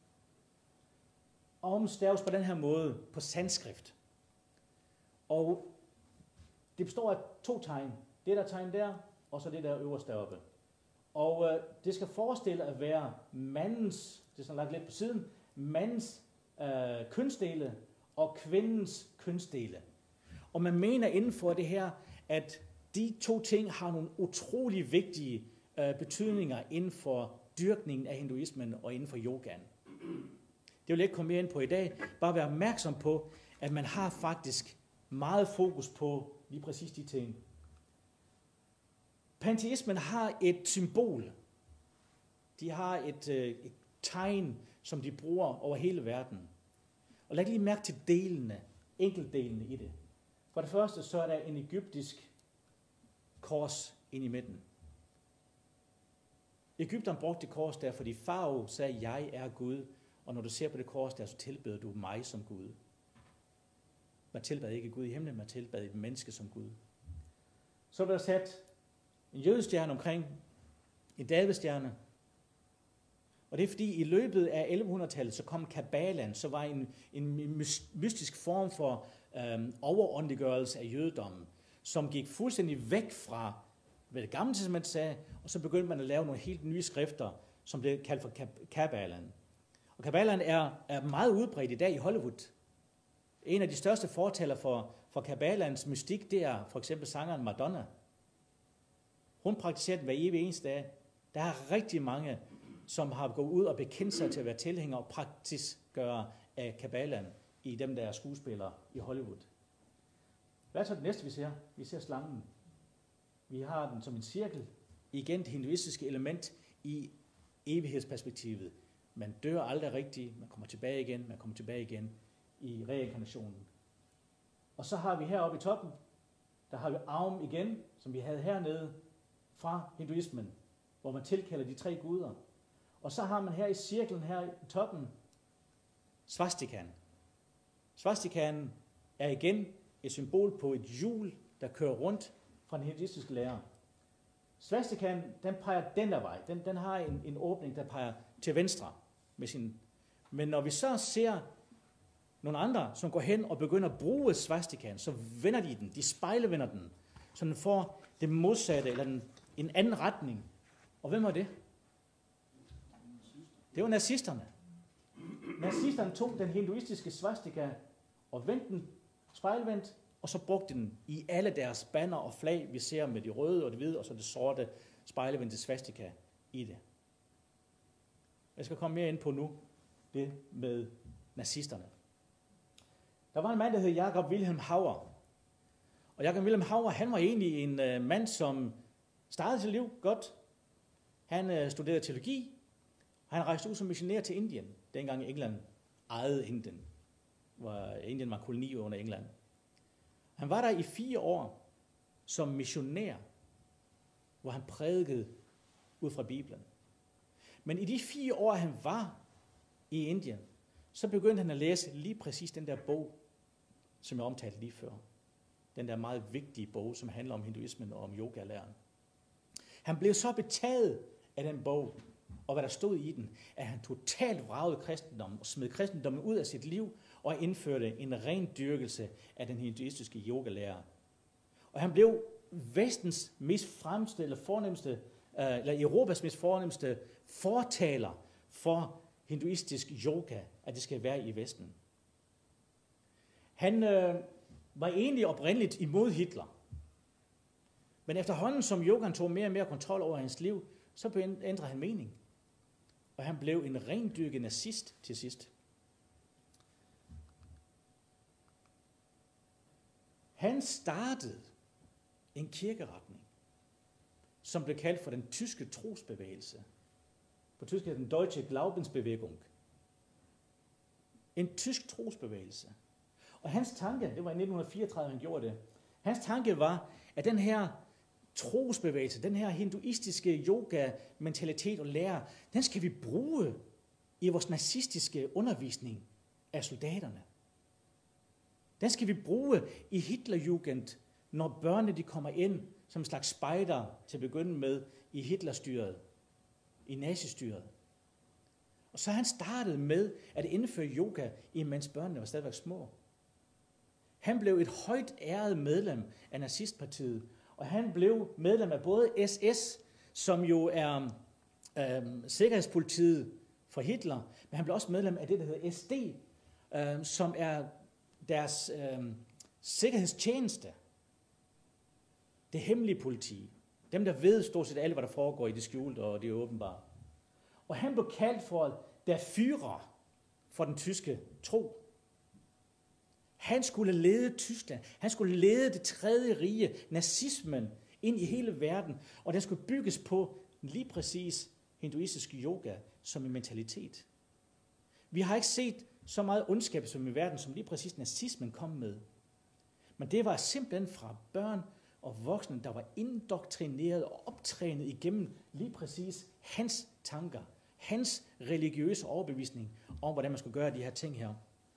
Om staves på den her måde på sanskrift. Og det består af 2 tegn. Det der tegn der, og så det der øverst deroppe. Og det skal forestille at være mandens, det er sådan lagt lidt på siden, mandens kønsdele og kvindens kønsdele. Og man mener inden for det her, at de 2 ting har nogle utrolig vigtige betydninger inden for dyrkningen af hinduismen og inden for yogaen. Det vil jeg ikke komme mere ind på i dag. Bare være opmærksom på, at man har faktisk meget fokus på lige præcis de ting. Panteismen har et symbol. De har et tegn, som de bruger over hele verden. Og læg lige mærke til delene, enkeltdelene i det. For det første, så er der en egyptisk kors ind i midten. Egypterne brugte det kors der, fordi Farao sagde, jeg er Gud, og når du ser på det kors der, så tilbeder du mig som Gud. Man tilbad ikke Gud i himlen, man tilbad et menneske som Gud. Så blev der sat en jødestjerne omkring, en davidstjerne. Og det er fordi, i løbet af 1100-tallet, så kom Kabbalaen, så var en mystisk form for overåndeliggørelse af jødedommen, som gik fuldstændig væk fra, hvad det gamle testament sagde, og så begyndte man at lave nogle helt nye skrifter, som blev kaldt for Kabbalaen. Og Kabbalaen er meget udbredt i dag i Hollywood. En af de største fortaler for Kabbalaens mystik, det er for eksempel sangeren Madonna. Hun praktiserer den hver evig eneste dag. Der er rigtig mange, som har gået ud og bekendt sig til at være tilhængere og praktiskgøre af Kabbalaen i dem, der er skuespillere i Hollywood. Hvad er så det næste, vi ser? Vi ser slangen. Vi har den som en cirkel. Igen det hinduistiske element i evighedsperspektivet. Man dør aldrig rigtigt, man kommer tilbage igen i reinkarnationen. Og så har vi heroppe i toppen, der har vi Aum igen, som vi havde hernede fra hinduismen, hvor man tilkalder de 3 guder. Og så har man her i cirklen her i toppen svastikaen. Svastikaen er igen et symbol på et hjul, der kører rundt fra den hinduistiske lære. Svastikaen, den peger den der vej. Den har en åbning, der peger til venstre. Men når vi så ser nogle andre, som går hen og begynder at bruge svastikaen, så vender de den. De spejlevender den, så den får det modsatte, eller en anden retning. Og hvem var det? Det var nazisterne. Nazisterne tog den hinduistiske svastika og vendte den spejlvendt, og så brugte den i alle deres banner og flag, vi ser med de røde og det hvide, og så det sorte, spejlevendte svastika i det. Jeg skal komme mere ind på nu, det med nazisterne. Der var en mand, der hed Jakob Wilhelm Hauer. Og Jakob Wilhelm Hauer, han var egentlig en mand, som startede sit liv godt. Han studerede teologi, og han rejste ud som missionær til Indien, dengang England ejede Indien. Indien var koloni under England. Han var der i 4 år som missionær, hvor han prædikede ud fra Bibelen. Men i de 4 år, han var i Indien, så begyndte han at læse lige præcis den der bog, som jeg omtalte lige før. Den der meget vigtige bog, som handler om hinduismen og om yogalæren. Han blev så betaget af den bog, og hvad der stod i den, at han totalt vragede kristendommen og smed kristendommen ud af sit liv og indførte en ren dyrkelse af den hinduistiske yogalære. Og han blev vestens mest fremste, eller Europas mest fornemste fortaler for hinduistisk yoga, at det skal være i Vesten. Han var egentlig oprindeligt imod Hitler. Men efterhånden som yogaen tog mere og mere kontrol over hans liv, så ændrede han mening. Og han blev en rendyrket nazist til sidst. Han startede en kirkeretning, som blev kaldt for den tyske trosbevægelse. På tysk er den Deutsche Glaubensbewegung. En tysk trosbevægelse. Og hans tanke, det var i 1934, han gjorde det, hans tanke var, at den her trosbevægelse, den her hinduistiske yoga-mentalitet og lære, den skal vi bruge i vores nazistiske undervisning af soldaterne. Den skal vi bruge i Hitlerjugend, når børnene de kommer ind som en slags spejder til at begynde med i Hitlerstyret, i nazistyret. Og så han startede med at indføre yoga, imens børnene var stadigvæk små. Han blev et højt æret medlem af nazistpartiet, og han blev medlem af både SS, som jo er sikkerhedspolitiet for Hitler, men han blev også medlem af det, der hedder SD, som er deres sikkerhedstjeneste. Det hemmelige politi. Dem, der ved stort set alt, hvad der foregår i det skjulte og det åbenbare. Og han blev kaldt for der Führer for den tyske tro. Han skulle lede Tyskland. Han skulle lede det tredje rige, nazismen, ind i hele verden. Og den skulle bygges på lige præcis hinduistisk yoga som en mentalitet. Vi har ikke set så meget ondskab som i verden, som lige præcis nazismen kom med. Men det var simpelthen fra børn og voksne, der var indoktrineret og optrænet igennem lige præcis hans tanker, hans religiøse overbevisning om, hvordan man skulle gøre de her ting her.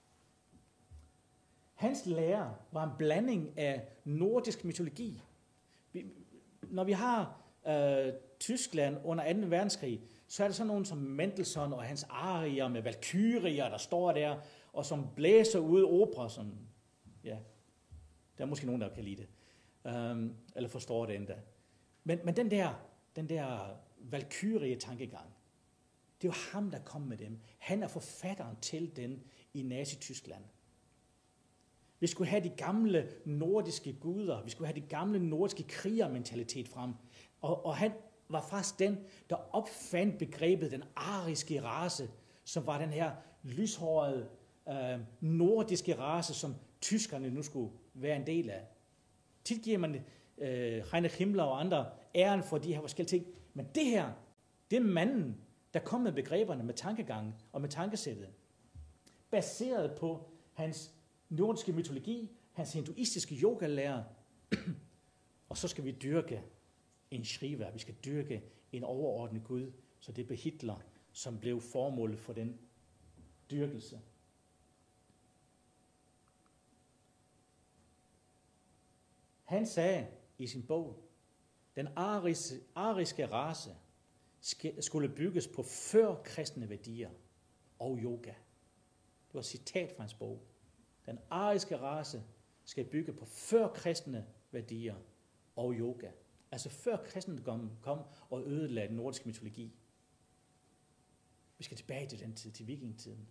Hans lære var en blanding af nordisk mytologi. Når vi har Tyskland under 2. verdenskrig, så er der sådan nogen som Mendelssohn og hans arier med valkyrier, der står der, og som blæser ud opera, som, ja, der er måske nogen, der kan lide det, eller forstår det endda. Men den der valkyrie-tankegang, det var ham, der kom med dem. Han er forfatteren til den i Nazi-Tyskland. Vi skulle have de gamle nordiske guder, vi skulle have de gamle nordiske krigermentalitet frem. Og han var faktisk den, der opfandt begrebet den ariske race, som var den her lyshårede nordiske race, som tyskerne nu skulle være en del af. Tit giver man Heinrich Himmler og andre æren for de her forskellige ting. Men det her, det er manden, der kom med begreberne, med tankegangen og med tankesættet. Baseret på hans nordiske mytologi, hans hinduistiske yogalære, og så skal vi dyrke en Shiva, vi skal dyrke en overordnet Gud, så det blev Hitler, som blev formålet for den dyrkelse. Han sagde i sin bog, den ariske race skulle bygges på førkristne værdier og yoga. Det var et citat fra hans bog. Den ariske race skal bygge på førkristne værdier og yoga. Altså før kristendommen kom og ødelagde den nordiske mytologi. Vi skal tilbage til den tid, til vikingetiden.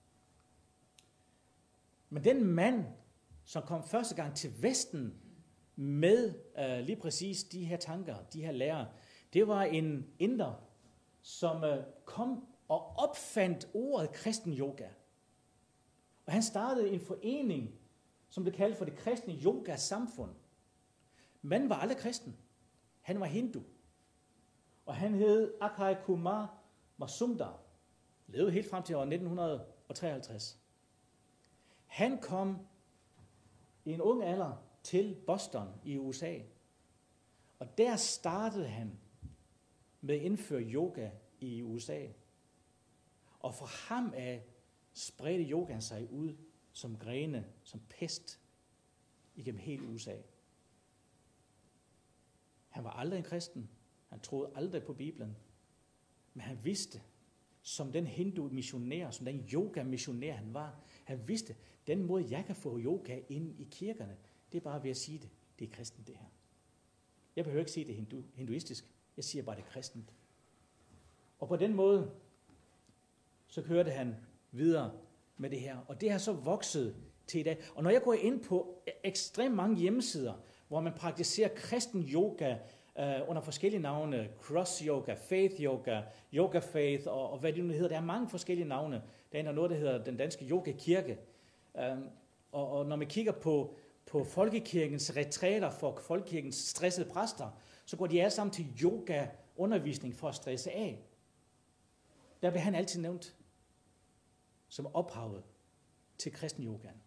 Men den mand, som kom første gang til Vesten med lige præcis de her tanker, de her lærer. Det var en inder, som kom og opfandt ordet kristen yoga. Og han startede en forening, som blev kaldt for det kristne yoga-samfund. Manden var aldrig kristen. Han var hindu. Og han hed Akshay Kumar Majumdar. Levede helt frem til år 1953. Han kom i en ung alder til Boston i USA. Og der startede han med at indføre yoga i USA. Og fra ham af spredte yogaen sig ud som grene, som pest igennem hele USA. Han var aldrig en kristen. Han troede aldrig på Bibelen. Men han vidste, som den hindu-missionær, som den yoga-missionær han var, han vidste, den måde jeg kan få yoga ind i kirkerne, det er bare ved at sige det. Det er kristent det her. Jeg behøver ikke sige det hinduistisk. Jeg siger bare det er kristent. Og på den måde, så kørte han videre med det her. Og det har så vokset til i dag. Og når jeg går ind på ekstremt mange hjemmesider, hvor man praktiserer kristen yoga under forskellige navne, cross yoga, faith yoga, yoga faith og hvad det nu hedder. Der er mange forskellige navne. Der er noget, der hedder den danske yoga-kirke. Og når man kigger på folkekirkens retræter for folkekirkens stressede præster, så går de alle sammen til yoga-undervisning for at stresse af. Der bliver han altid nævnt som ophavet til kristen yogaen.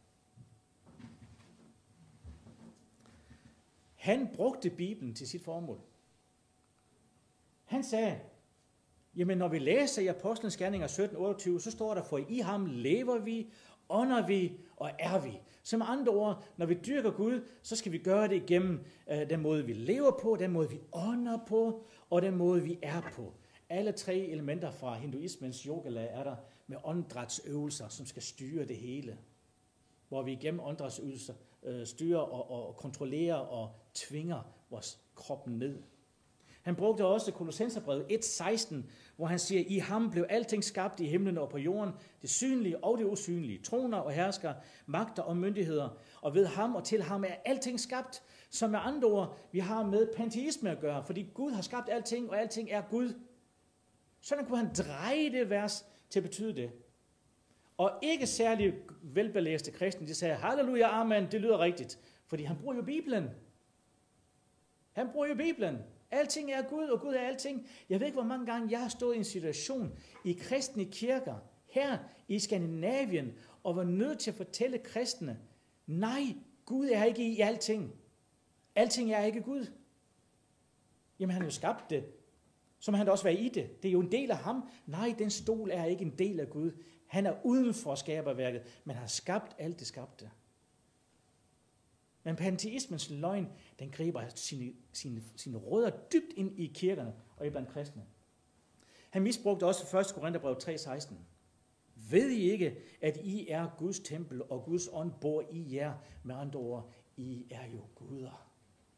Han brugte Bibelen til sit formål. Han sagde, jamen når vi læser i Apostlenes Gerninger 17:28, så står der, for i ham lever vi, ånder vi og er vi. Som andre ord, når vi dyrker Gud, så skal vi gøre det igennem den måde, vi lever på, den måde, vi ånder på, og den måde, vi er på. Alle tre elementer fra hinduismens yogalag er der med åndedrætsøvelser, som skal styre det hele. Hvor vi igennem åndedrætsøvelser styrer og kontrollerer og tvinger vores krop ned. Han brugte også Kolossenserbrevet 1:16, hvor han siger, i ham blev alting skabt i himlen og på jorden, det synlige og det usynlige, troner og hersker, magter og myndigheder, og ved ham og til ham er alting skabt, som med andre ord, vi har med panteisme at gøre, fordi Gud har skabt alting, og alting er Gud. Sådan kunne han dreje det vers til at betyde det. Og ikke særlig velbelæste kristne, de sagde, halleluja, amen, det lyder rigtigt, fordi han bruger jo Bibelen. Han bruger jo Bibelen. Alting er Gud, og Gud er alting. Jeg ved ikke, hvor mange gange jeg har stået i en situation i kristne kirker, her i Skandinavien, og var nødt til at fortælle kristne, nej, Gud er ikke i alting. Alting er ikke Gud. Jamen, han har jo skabt det. Så må han da også være i det. Det er jo en del af ham. Nej, den stol er ikke en del af Gud. Han er uden for skaberværket, men har skabt alt det skabte. Men panteismens løgn, den griber sine rødder dybt ind i kirkerne og i blandt kristne. Han misbrugte også 1. Korintherbrev 3:16. Ved I ikke, at I er Guds tempel, og Guds ånd bor i jer? Med andre ord, I er jo guder.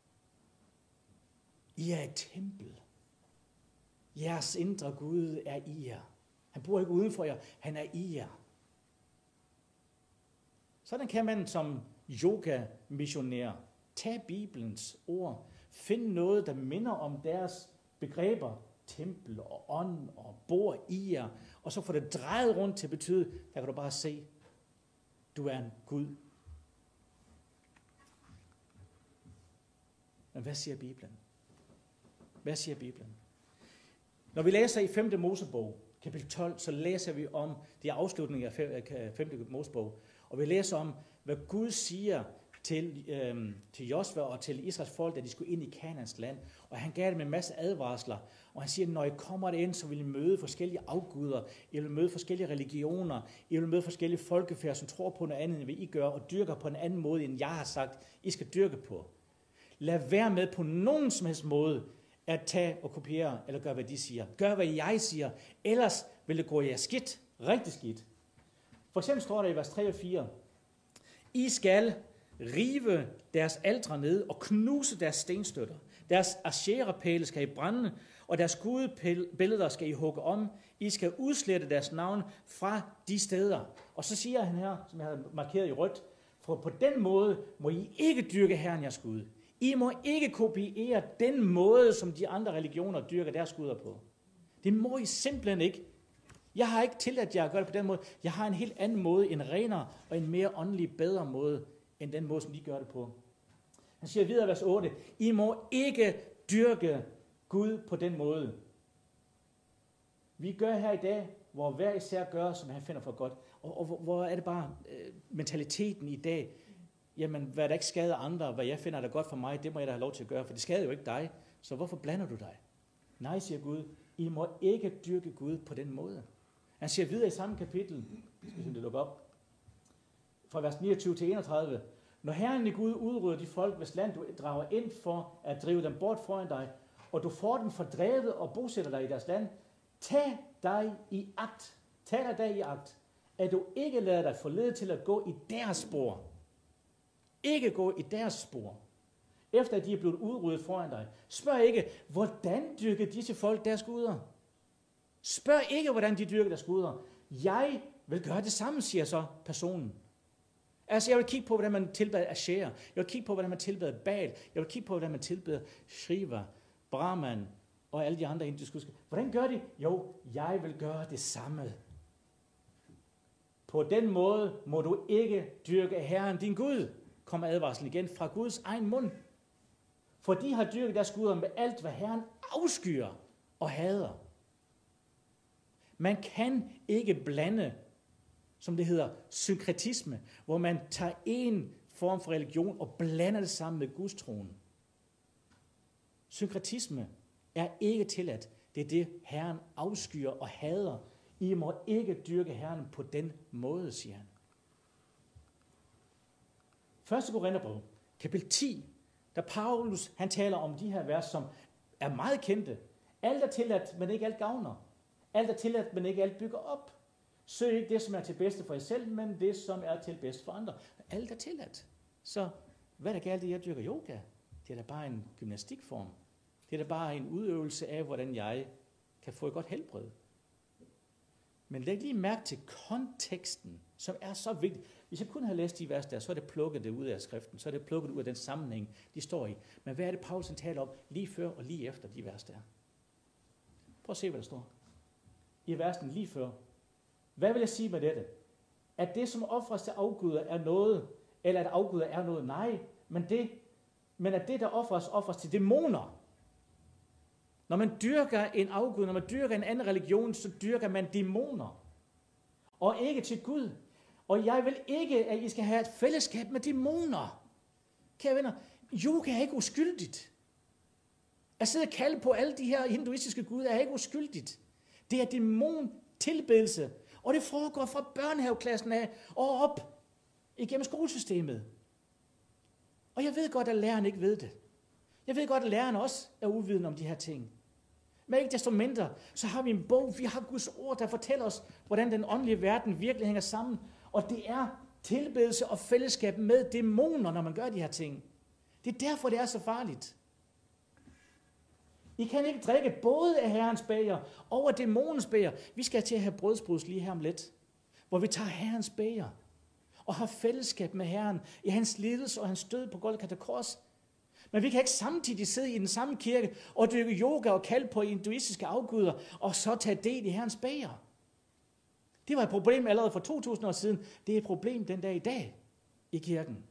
I er et tempel. Jeres indre Gud er i jer. Han bor ikke uden for jer, han er i jer. Sådan kan man som yoga-missionær tage Bibelens ord, finde noget, der minder om deres begreber, tempel og ånd og bor i jer, og så få det drejet rundt til at betyde, der kan du bare se, du er en Gud. Men hvad siger Bibelen? Hvad siger Bibelen? Når vi læser i 5. Mosebog, kapitel 12, så læser vi om de afslutninger af 5. Mosebog, og vi læser om, hvad Gud siger til Josva og til Israels folk, da de skulle ind i Kanaans land. Og han gav dem en masse advarsler, og han siger, når I kommer derind, så vil I møde forskellige afguder, I vil møde forskellige religioner, I vil møde forskellige folkefærd, som tror på noget andet, end hvad I gør, og dyrker på en anden måde, end jeg har sagt, I skal dyrke på. Lad være med på nogen som helst måde at tage og kopiere, eller gøre, hvad de siger. Gør, hvad jeg siger, ellers vil det gå jer skidt, rigtig skidt. For eksempel står der i vers 3 og 4, I skal rive deres altre ned og knuse deres stenstøtter. Deres asherapæle skal I brænde, og deres gudebilleder skal I hugge om. I skal udslette deres navn fra de steder. Og så siger han her, som jeg har markeret i rødt, for på den måde må I ikke dyrke Herren jeres Gud. I må ikke kopiere den måde, som de andre religioner dyrker deres guder på. Det må I simpelthen ikke. Jeg har ikke tilladt jer at gøre det på den måde. Jeg har en helt anden måde, en renere og en mere åndelig, bedre måde, end den måde, som de gør det på. Han siger videre i vers 8, I må ikke dyrke Gud på den måde. Vi gør her i dag, hvor hver især gør, som han finder for godt. Og hvor er det bare mentaliteten i dag? Jamen, hvad der ikke skader andre, hvad jeg finder der godt for mig, det må jeg da have lov til at gøre, for det skader jo ikke dig. Så hvorfor blander du dig? Nej, siger Gud, I må ikke dyrke Gud på den måde. Han siger videre i samme kapitel, skal vi lukke op, fra vers 29 til 31. Når Herren i Gud udrydder de folk, hvis land du drager ind for at drive dem bort foran dig, og du får dem fordrevet og bosætter dig i deres land, tag dig i agt, at du ikke lader dig forlede til at gå i deres spor. Ikke gå i deres spor, efter at de er blevet udryddet foran dig. Spørg ikke, hvordan dyrker disse folk deres guder? Spørg ikke, hvordan de dyrker deres guder. Jeg vil gøre det samme, siger så personen. Altså, jeg vil kigge på, hvordan man tilbeder Asher. Jeg vil kigge på, hvordan man tilbeder Baal. Jeg vil kigge på, hvordan man tilbeder Shiva, Brahman og alle de andre hinduske guder. Hvordan gør de? Jo, jeg vil gøre det samme. På den måde må du ikke dyrke Herren din Gud, kommer advarslen igen fra Guds egen mund. For de har dyrket deres guder med alt, hvad Herren afskyer og hader. Man kan ikke blande, som det hedder, synkretisme, hvor man tager en form for religion og blander det sammen med Guds troen. Synkretisme er ikke tilladt. Det er det, Herren afskyer og hader. I må ikke dyrke Herren på den måde, siger han. 1. Korintherbrev, kapitel 10, da Paulus han taler om de her vers, som er meget kendte. Alt er tilladt, men ikke alt gavner. Alt er tilladt, men ikke alt bygger op. Søg ikke det, som er til bedste for jer selv, men det, som er til bedste for andre. Alt er tilladt. Så hvad er der galt i, at jeg dyrker yoga? Det er da bare en gymnastikform. Det er da bare en udøvelse af, hvordan jeg kan få et godt helbred. Men læg lige mærke til konteksten, som er så vigtig. Hvis jeg kun havde læst de vers der, så er det plukket det ud af skriften. Så er det plukket ud af den sammenhæng, de står i. Men hvad er det, Paulus taler om lige før og lige efter de vers der? Prøv at se, hvad der står. I versen lige før. Hvad vil jeg sige med dette? At det, som ofres til afguder, er noget, eller at afguder er noget? Nej, men at det, der ofres til dæmoner. Når man dyrker en afgud, når man dyrker en anden religion, så dyrker man dæmoner. Og ikke til Gud. Og jeg vil ikke, at I skal have et fællesskab med dæmoner. Kære venner, yoga er ikke uskyldigt. At sidde og kalde på alle de her hinduistiske guder er ikke uskyldigt. Det er dæmontilbedelse. Og det foregår fra børnehaveklassen af og op igennem skolesystemet. Og jeg ved godt, at læreren ikke ved det. Jeg ved godt, at læreren også er uvidende om de her ting. Men ikke desto mindre, så har vi en bog, vi har Guds ord, der fortæller os, hvordan den åndelige verden virkelig hænger sammen. Og det er tilbedelse og fællesskab med dæmoner, når man gør de her ting. Det er derfor, det er så farligt. I kan ikke drikke både af Herrens bæger og af dæmonens bæger. Vi skal til at have brødsbrus lige her om lidt, hvor vi tager Herrens bæger og har fællesskab med Herren i hans lidelse og hans død på Golgata Kors. Men vi kan ikke samtidig sidde i den samme kirke og dyrke yoga og kalde på hinduistiske afguder og så tage del i Herrens bæger. Det var et problem allerede for 2000 år siden. Det er et problem den dag i dag i kirken.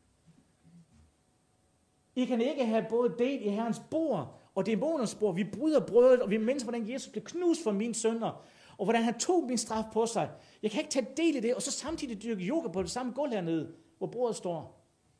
I kan ikke have både del i Herrens bord og dæmoners bord. Vi bryder brødet, og vi mindes, hvordan Jesus blev knust for mine synder, og hvordan han tog min straf på sig. Jeg kan ikke tage del i det, og så samtidig dyrke yoga på det samme gulv hernede, hvor bordet står.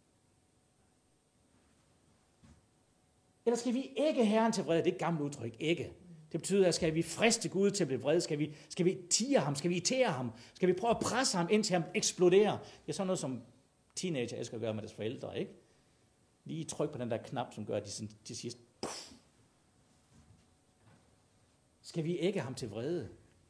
Eller skal vi ikke Herren til vrede? Det er et gammelt udtryk, ikke. Det betyder, at skal vi friste Gud til at blive vred? Skal vi tige ham? Skal vi irritere ham? Skal vi prøve at presse ham, indtil han eksploderer? Det er sådan noget, som teenager elsker at gøre med deres forældre, ikke? Lige tryk på den der knap, som gør, at de sådan, til sidst puff. Skal vi ikke ham til vrede?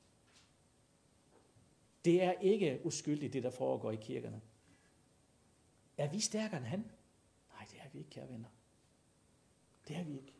Det er ikke uskyldigt, det der foregår i kirkerne. Er vi stærkere end han? Nej, det er vi ikke, kære venner. Det er vi ikke.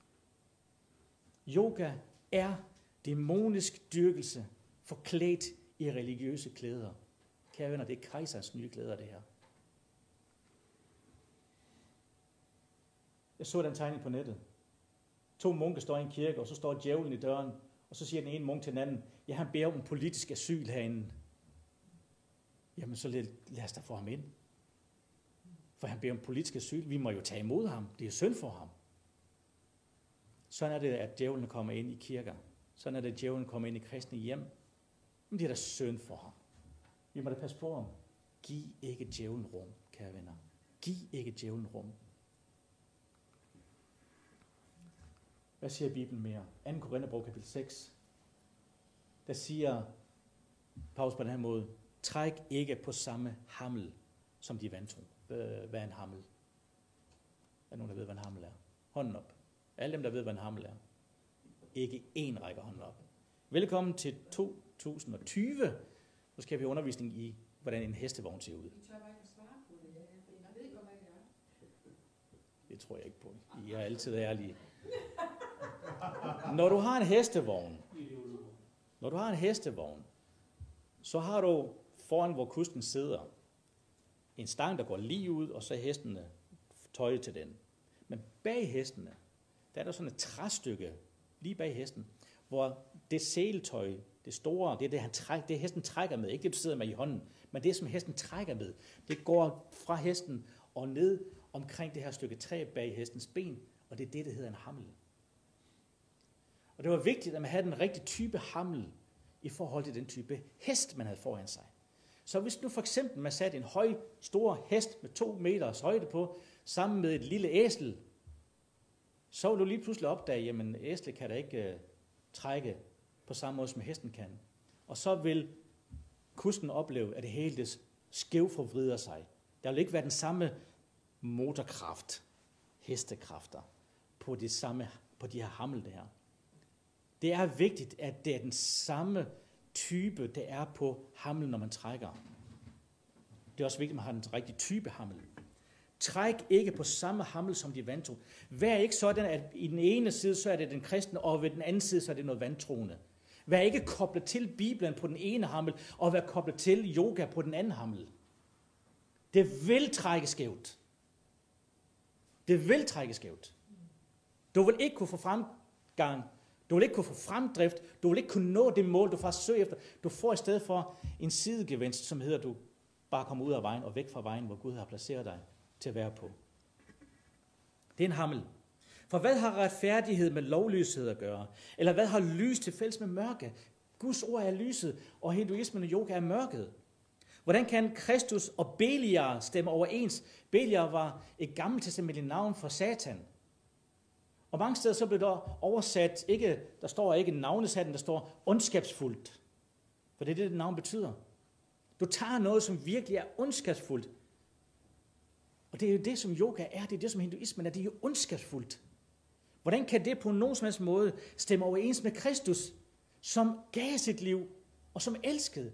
Yoga er dæmonisk dyrkelse forklædt i religiøse klæder. Kære venner, det er kejserens nye klæder, det her. Jeg så den tegning på nettet. 2 munke står i en kirke, og så står djævlen i døren, og så siger den ene munk til den anden, ja, han beder om politisk asyl herinde. Jamen, så lad os da få ham ind. For han beder om politisk asyl. Vi må jo tage imod ham. Det er synd for ham. Sådan er det, at djævlen kommer ind i kirker. Sådan er det, at djævlen kommer ind i kristne hjem. Men det er da synd for ham. Vi må da passe på ham. Giv ikke djævlen rum, kære venner. Giv ikke djævlen rum. Hvad siger Bibelen mere? 2. Korintherbrev kapitel 6. Der siger Paulus på den her måde, træk ikke på samme hammel, som de vantro. Hvad er en hammel? Er nogen, der ved, hvad en hammel er? Hånden op. Alle dem, der ved, hvad en hammel er. Ikke én rækker hånden op. Velkommen til 2020. Nu skal vi have undervisning i, hvordan en hestevogn ser ud. I tør bare ikke svare på det. Jeg ved ikke, hvad det er. Det tror jeg ikke på. I er altid ærlige. Når du har en hestevogn, så har du foran, hvor kusken sidder, en stang, der går lige ud, og så er hestene tøjet til den. Men bag hestene, der er der sådan et træstykke lige bag hesten, hvor det seletøj, det store, det er det hesten trækker med, ikke det, du sidder med i hånden, men det, som hesten trækker med, det går fra hesten og ned omkring det her stykke træ bag hestens ben, og det er det, der hedder en hammel. Og det var vigtigt, at man havde den rigtige type hammel i forhold til den type hest, man havde foran sig. Så hvis nu for eksempel man satte en høj, stor hest med 2 meters højde på, sammen med et lille æsel, så vil du lige pludselig opdage, jamen æslet kan da ikke trække på samme måde, som hesten kan. Og så vil kusken opleve, at det hele det skævforvrider sig. Der vil ikke være den samme motorkraft, hestekræfter, på de her hammel der. Det er vigtigt, at det er den samme type, der er på hammel, når man trækker. Det er også vigtigt, at man har den rigtige type hammel. Træk ikke på samme hammel som de vantro. Vær ikke sådan, at i den ene side, så er det den kristne, og ved den anden side, så er det noget vantroende. Vær ikke koblet til Bibelen på den ene hammel, og vær koblet til yoga på den anden hammel. Det vil trække skævt. Det vil trække skævt. Du vil ikke kunne få fremgang. Du vil ikke kunne få fremdrift. Du vil ikke kunne nå det mål, du faktisk søger efter. Du får i stedet for en sidegevinst, som hedder, du bare kommer ud af vejen og væk fra vejen, hvor Gud har placeret dig til at være på. Det er en hammel. For hvad har retfærdighed med lovløshed at gøre? Eller hvad har lys til fælles med mørke? Guds ord er lyset, og hinduismen og yoga er mørket. Hvordan kan Kristus og Beliar stemme overens? Beliar var et gammeltestamentligt navn for Satan. Og mange steder så blev der oversat, der står ikke navnesatten, der står ondskabsfuldt. For det er det navn betyder. Du tager noget, som virkelig er ondskabsfuldt. Og det er jo det, som yoga er, det er det, som hinduismen er, det er jo ondskabsfuldt. Hvordan kan det på nogen som helst måde stemme overens med Kristus, som gav sit liv og som elskede?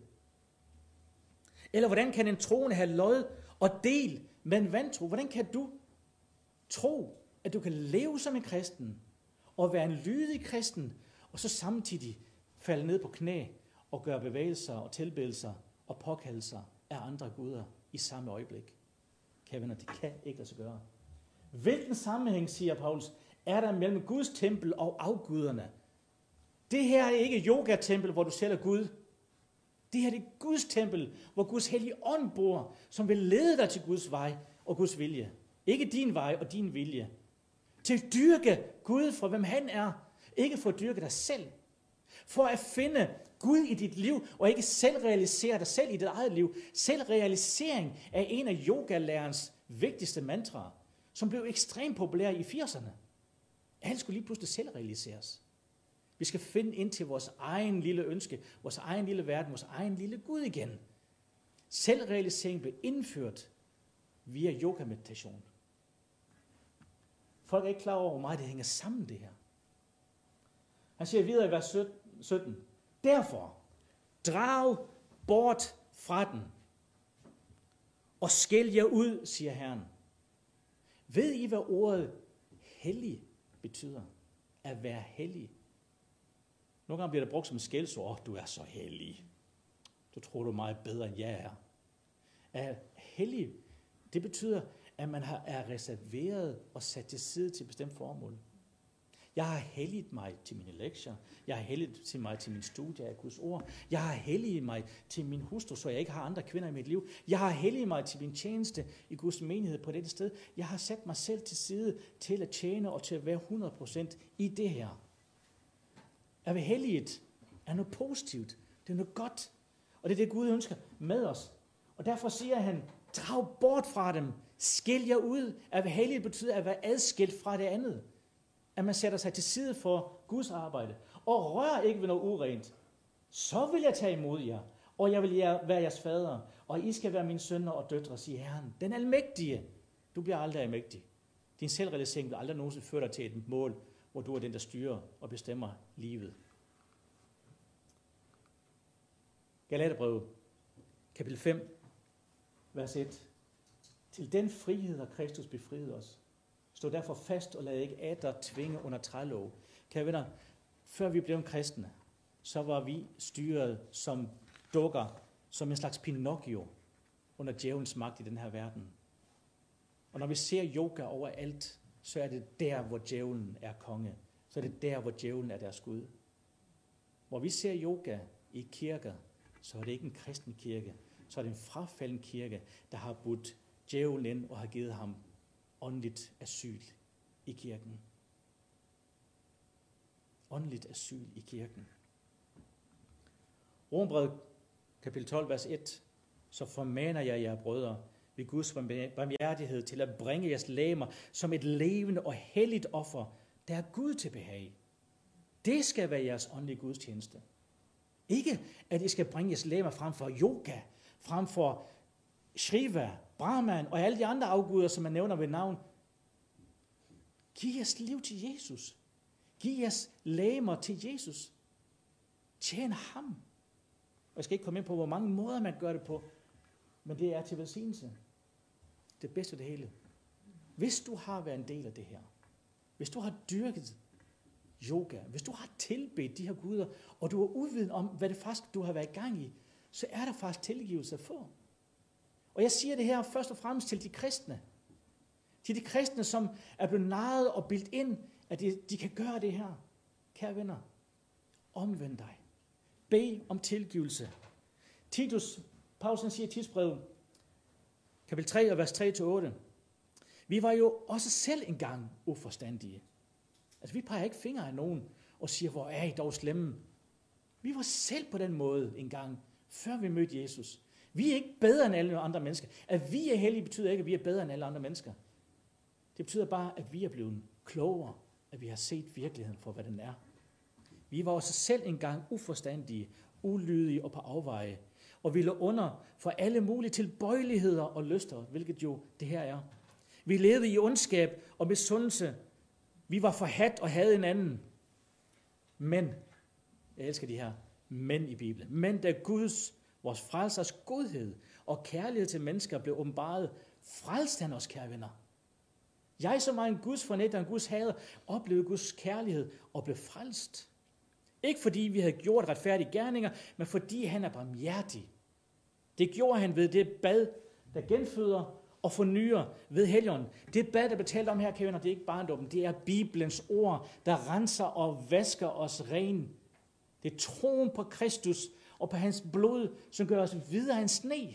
Eller hvordan kan en troende have lod og del med en vantro? Hvordan kan du tro, at du kan leve som en kristen og være en lydig kristen, og så samtidig falde ned på knæ og gøre bevægelser og tilbedelser og påkaldelser af andre guder i samme øjeblik? Kære venner, det kan ikke lade sig gøre. Hvilken sammenhæng, siger Paulus, er der mellem Guds tempel og afguderne? Det her er ikke yoga-tempel, hvor du sælger Gud. Det her er Guds tempel, hvor Guds hellige ånd bor, som vil lede dig til Guds vej og Guds vilje. Ikke din vej og din vilje. Til at dyrke Gud for, hvem han er. Ikke for at dyrke dig selv. For at finde Gud i dit liv, og ikke selv realisere dig selv i dit eget liv. Selvrealisering er en af yogalærernes vigtigste mantraer, som blev ekstremt populær i 80'erne. Alle skulle lige pludselig selvrealiseres. Vi skal finde ind til vores egen lille ønske, vores egen lille verden, vores egen lille Gud igen. Selvrealisering blev indført via yoga-meditation. Folk er ikke klar over, hvor meget det hænger sammen, det her. Han siger videre i vers 17. Derfor, drag bort fra den, og skæld jer ud, siger Herren. Ved I, hvad ordet hellig betyder? At være hellig. Nogle gange bliver det brugt som et skældsord. Du er så hellig. Du tror, du er meget bedre, end jeg er. At hellig, det betyder, at man er reserveret og sat til side til et bestemt formål. Jeg har helliget mig til mine lektier. Jeg har helliget mig til min studie af Guds ord. Jeg har helliget mig til min hustru, så jeg ikke har andre kvinder i mit liv. Jeg har helliget mig til min tjeneste i Guds menighed på dette sted. Jeg har sat mig selv til side til at tjene og til at være 100% i det her. At være helliget er noget positivt. Det er noget godt. Og det er det, Gud ønsker med os. Og derfor siger han, drag bort fra dem. Skil jer ud. At være helliget betyder at være adskilt fra det andet. At man sætter sig til side for Guds arbejde. Og rør ikke ved noget urent. Så vil jeg tage imod jer. Og jeg vil være jeres fader. Og I skal være mine sønner og døtre, siger Herren. Den almægtige. Du bliver aldrig almægtig. Din selvrealisering vil aldrig nogensinde føre dig til et mål, hvor du er den, der styrer og bestemmer livet. Galaterbrevet, kapitel 5, vers 1. Til den frihed har Kristus befriet os. Stå derfor fast og lad ikke atter tvinge under trælov. Kære venner, før vi blev kristne, så var vi styret som dukker, som en slags Pinocchio under djævelens magt i den her verden. Og når vi ser yoga overalt, så er det der, hvor djævlen er konge. Så er det der, hvor djævlen er deres Gud. Hvor vi ser yoga i kirker, så er det ikke en kristen kirke. Så er det en frafalden kirke, der har budt djævlen ind og har givet ham åndeligt asyl i kirken. Åndeligt asyl i kirken. Romerbrevet kapitel 12, vers 1. Så formaner jeg jer, brødre, ved Guds barmhjertighed til at bringe jeres legemer som et levende og helligt offer, der er Gud til behag. Det skal være jeres åndelige gudstjeneste. Ikke, at I skal bringe jeres legemer frem for yoga, frem for Shiva, Brahman og alle de andre afguder, som man nævner ved navn. Giv jeres liv til Jesus. Giv jeres legemer til Jesus. Tjen ham. Og jeg skal ikke komme ind på, hvor mange måder man gør det på, men det er til velsignelse. Det bedste af det hele. Hvis du har været en del af det her, hvis du har dyrket yoga, hvis du har tilbedt de her guder, og du er uviden om, hvad det faktisk du har været i gang i, så er der faktisk tilgivelse at få. Og jeg siger det her først og fremmest til de kristne. Til de kristne, som er blevet narret og bildt ind, at de kan gøre det her. Kære venner, omvend dig. Bed om tilgivelse. Paulus siger i Titusbrevet, kapitel 3 og vers 3-8. Vi var jo også selv engang uforstandige. Altså vi peger ikke fingre af nogen og siger, hvor er I dog slemme. Vi var selv på den måde engang, før vi mødte Jesus. Vi er ikke bedre end alle andre mennesker. At vi er hellige betyder ikke, at vi er bedre end alle andre mennesker. Det betyder bare, at vi er blevet klogere, at vi har set virkeligheden for, hvad den er. Vi var også selv engang uforstandige, ulydige og på afveje, og ville under for alle mulige tilbøjeligheder og lyster, hvilket jo det her er. Vi levede i ondskab og misundelse. Vi var forhadt og havde en anden. Men, jeg elsker de her men i Bibelen, men da Guds, vores frelsers godhed og kærlighed til mennesker blev åbenbaret, frelste han os, kære venner. Jeg som er en Guds fornægter, en Guds hader, oplevede Guds kærlighed og blev frelst. Ikke fordi vi havde gjort retfærdige gerninger, men fordi han er barmhjertig. Det gjorde han ved det bad, der genføder og fornyer ved Helligånden. Det bad, der betalt om her, kære venner, det er ikke barndommen, det er Bibelens ord, der renser og vasker os ren. Det er troen på Kristus og på hans blod, som gør os videre end sne.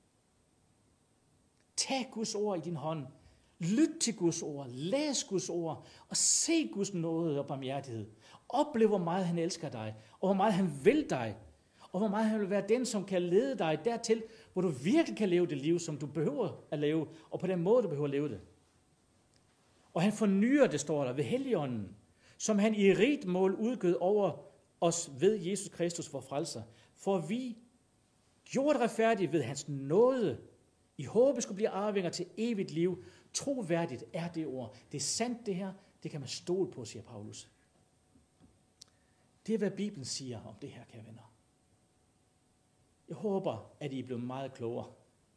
Tag Guds ord i din hånd. Lyt til Guds ord. Læs Guds ord. Og se Guds nåde og barmhjertighed. Oplev, hvor meget han elsker dig. Og hvor meget han vil dig. Og hvor meget han vil være den, som kan lede dig dertil, hvor du virkelig kan leve det liv, som du behøver at leve. Og på den måde, du behøver at leve det. Og han fornyer, det står der, ved Helligånden, som han i rigt mål udgød over os ved Jesus Kristus, vor frelser. For vi gjort retfærdigt ved hans nåde, i håbet skulle blive arvinger til evigt liv. Troværdigt er det ord. Det er sandt det her. Det kan man stole på, siger Paulus. Det er, hvad Bibelen siger om det her, kære venner. Jeg håber, at I er blevet meget klogere.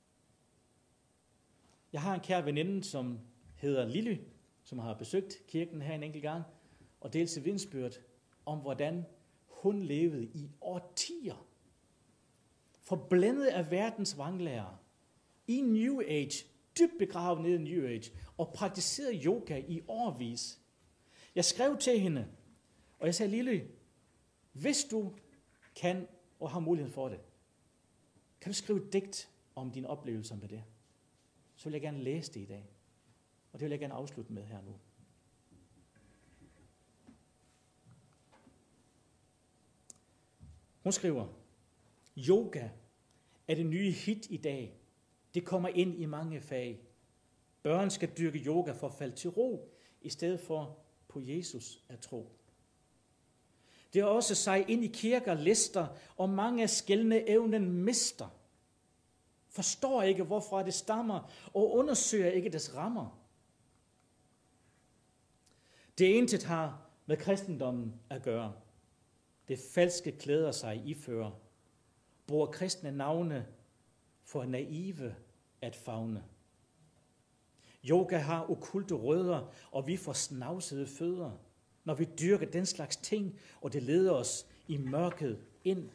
Jeg har en kær veninde, som hedder Lily, som har besøgt kirken her en enkelt gang, og delt sit vidnesbyrd om, hvordan hun levede i årtier. Forblændet af verdens vranglærer. I New Age dybt begravet nede i New Age, og praktiserede yoga i årevis. Jeg skrev til hende, og jeg sagde, Lille, hvis du kan og har mulighed for det, kan du skrive et digt om dine oplevelser med det? Så vil jeg gerne læse det i dag. Og det vil jeg gerne afslutte med her nu. Hun skriver, yoga er det nye hit i dag. Det kommer ind i mange fag. Børn skal dyrke yoga for at falde til ro, i stedet for på Jesus at tro. Det er også sig ind i kirker, lister, og mange skældne evnen mister. Forstår ikke, hvorfra det stammer, og undersøger ikke dets rammer. Det intet har med kristendommen at gøre. Det falske klæder sig ifører. Bruger kristne navne for naive at favne. Yoga har okkulte rødder, og vi får snavsede fødder, når vi dyrker den slags ting, og det leder os i mørket ind.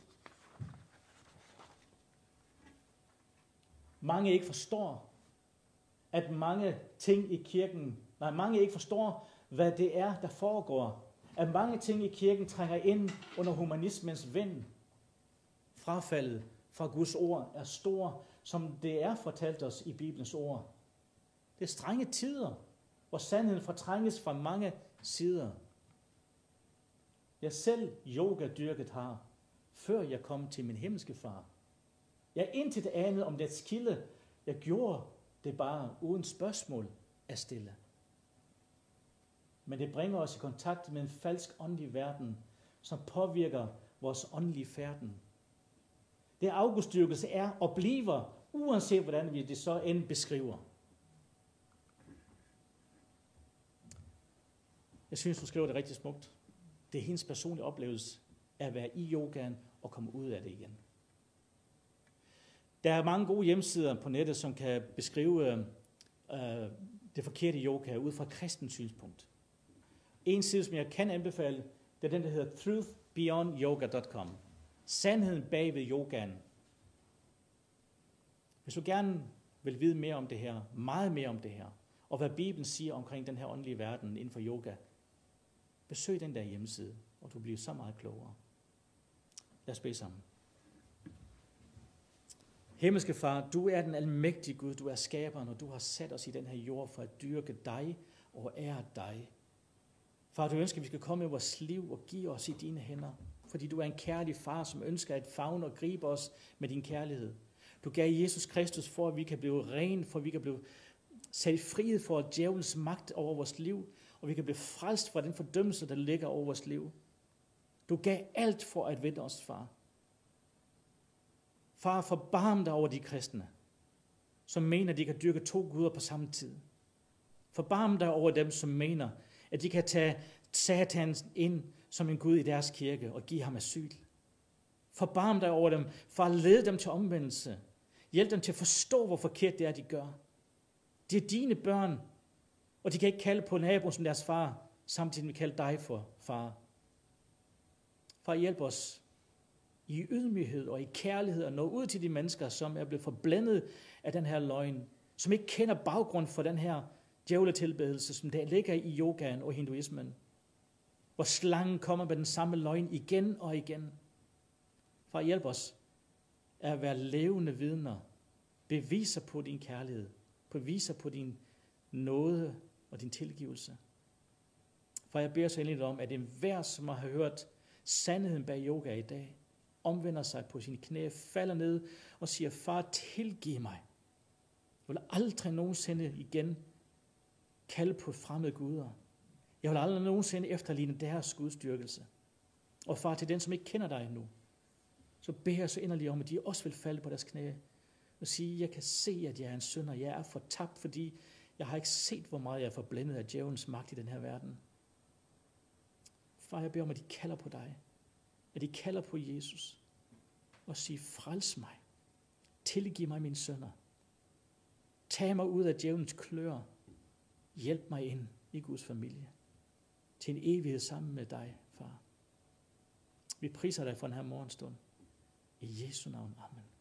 Mange ikke forstår, at mange ikke forstår, hvad det er, der foregår. At mange ting i kirken trænger ind under humanismens vind. Frafaldet fra Guds ord er stor, som det er fortalt os i Bibelens ord. Det er strenge tider, hvor sandheden fortrænges fra mange sider. Jeg selv yoga-dyrket har, før jeg kom til min himmelske far. Jeg intet anede om dets kilde. Jeg gjorde det bare uden spørgsmål at stille. Men det bringer os i kontakt med en falsk åndelig verden, som påvirker vores åndelige færden. Det afgudstyrkelse er og bliver, uanset hvordan vi det så end beskriver. Jeg synes, du skriver det rigtig smukt. Det er hendes personlige oplevelse at være i yogaen og komme ud af det igen. Der er mange gode hjemmesider på nettet, som kan beskrive det forkerte yoga ud fra et kristent synspunkt. En side, som jeg kan anbefale, det er den, der hedder truthbeyondyoga.com. Sandheden bag ved yogaen. Hvis du gerne vil vide mere om det her, meget mere om det her, og hvad Bibelen siger omkring den her åndelige verden inden for yoga, besøg den der hjemmeside, og du bliver så meget klogere. Lad os bede sammen. Himmelske Far, du er den almægtige Gud, du er skaberen, og du har sat os i den her jord for at dyrke dig og ære dig. Far, du ønsker, at vi skal komme i vores liv og give os i dine hænder, fordi du er en kærlig far, som ønsker at favne og gribe os med din kærlighed. Du gav Jesus Kristus for, at vi kan blive ren, for at vi kan blive sat i frihed for djævelens magt over vores liv, og vi kan blive frelst fra den fordømmelse, der ligger over vores liv. Du gav alt for at vinde os, far. Far, forbarm dig over de kristne, som mener, at de kan dyrke 2 guder på samme tid. Forbarm dig over dem, som mener, at de kan tage Satan ind som en gud i deres kirke og give ham asyl. Forbarm dig over dem, far, led dem til omvendelse. Hjælp dem til at forstå, hvor forkert det er, de gør. De er dine børn, og de kan ikke kalde på naboen som deres far, samtidig med at kalde dig for far. Far, hjælp os i ydmyghed og i kærlighed at nå ud til de mennesker, som er blevet forblændet af den her løgn, som ikke kender baggrund for den her djævletilbedelse, som der ligger i yogaen og hinduismen, hvor slangen kommer med den samme løgn igen og igen. Far, hjælp os at være levende vidner, beviser på din kærlighed, beviser på din nåde og din tilgivelse. For jeg beder så endelig om, at enhver, som har hørt sandheden bag yoga i dag, omvender sig på sine knæ, falder ned og siger, far, tilgiv mig. Jeg vil aldrig nogensinde igen kalde på fremmede guder. Jeg vil aldrig nogensinde efterligne deres gudstyrkelse. Og far, til den, som ikke kender dig endnu, så beder jeg så inderligt om, at de også vil falde på deres knæ og sige, jeg kan se, at jeg er en synder, jeg er fortabt, fordi jeg har ikke set, hvor meget jeg er forblændet af djævelens magt i den her verden. Far, jeg beder om, at de kalder på dig, at de kalder på Jesus og siger, frels mig, tilgiv mig mine synder, tag mig ud af djævelens klør, hjælp mig ind i Guds familie, til en evighed sammen med dig, far. Vi priser dig for den her morgenstund. I Jesu navn. Amen.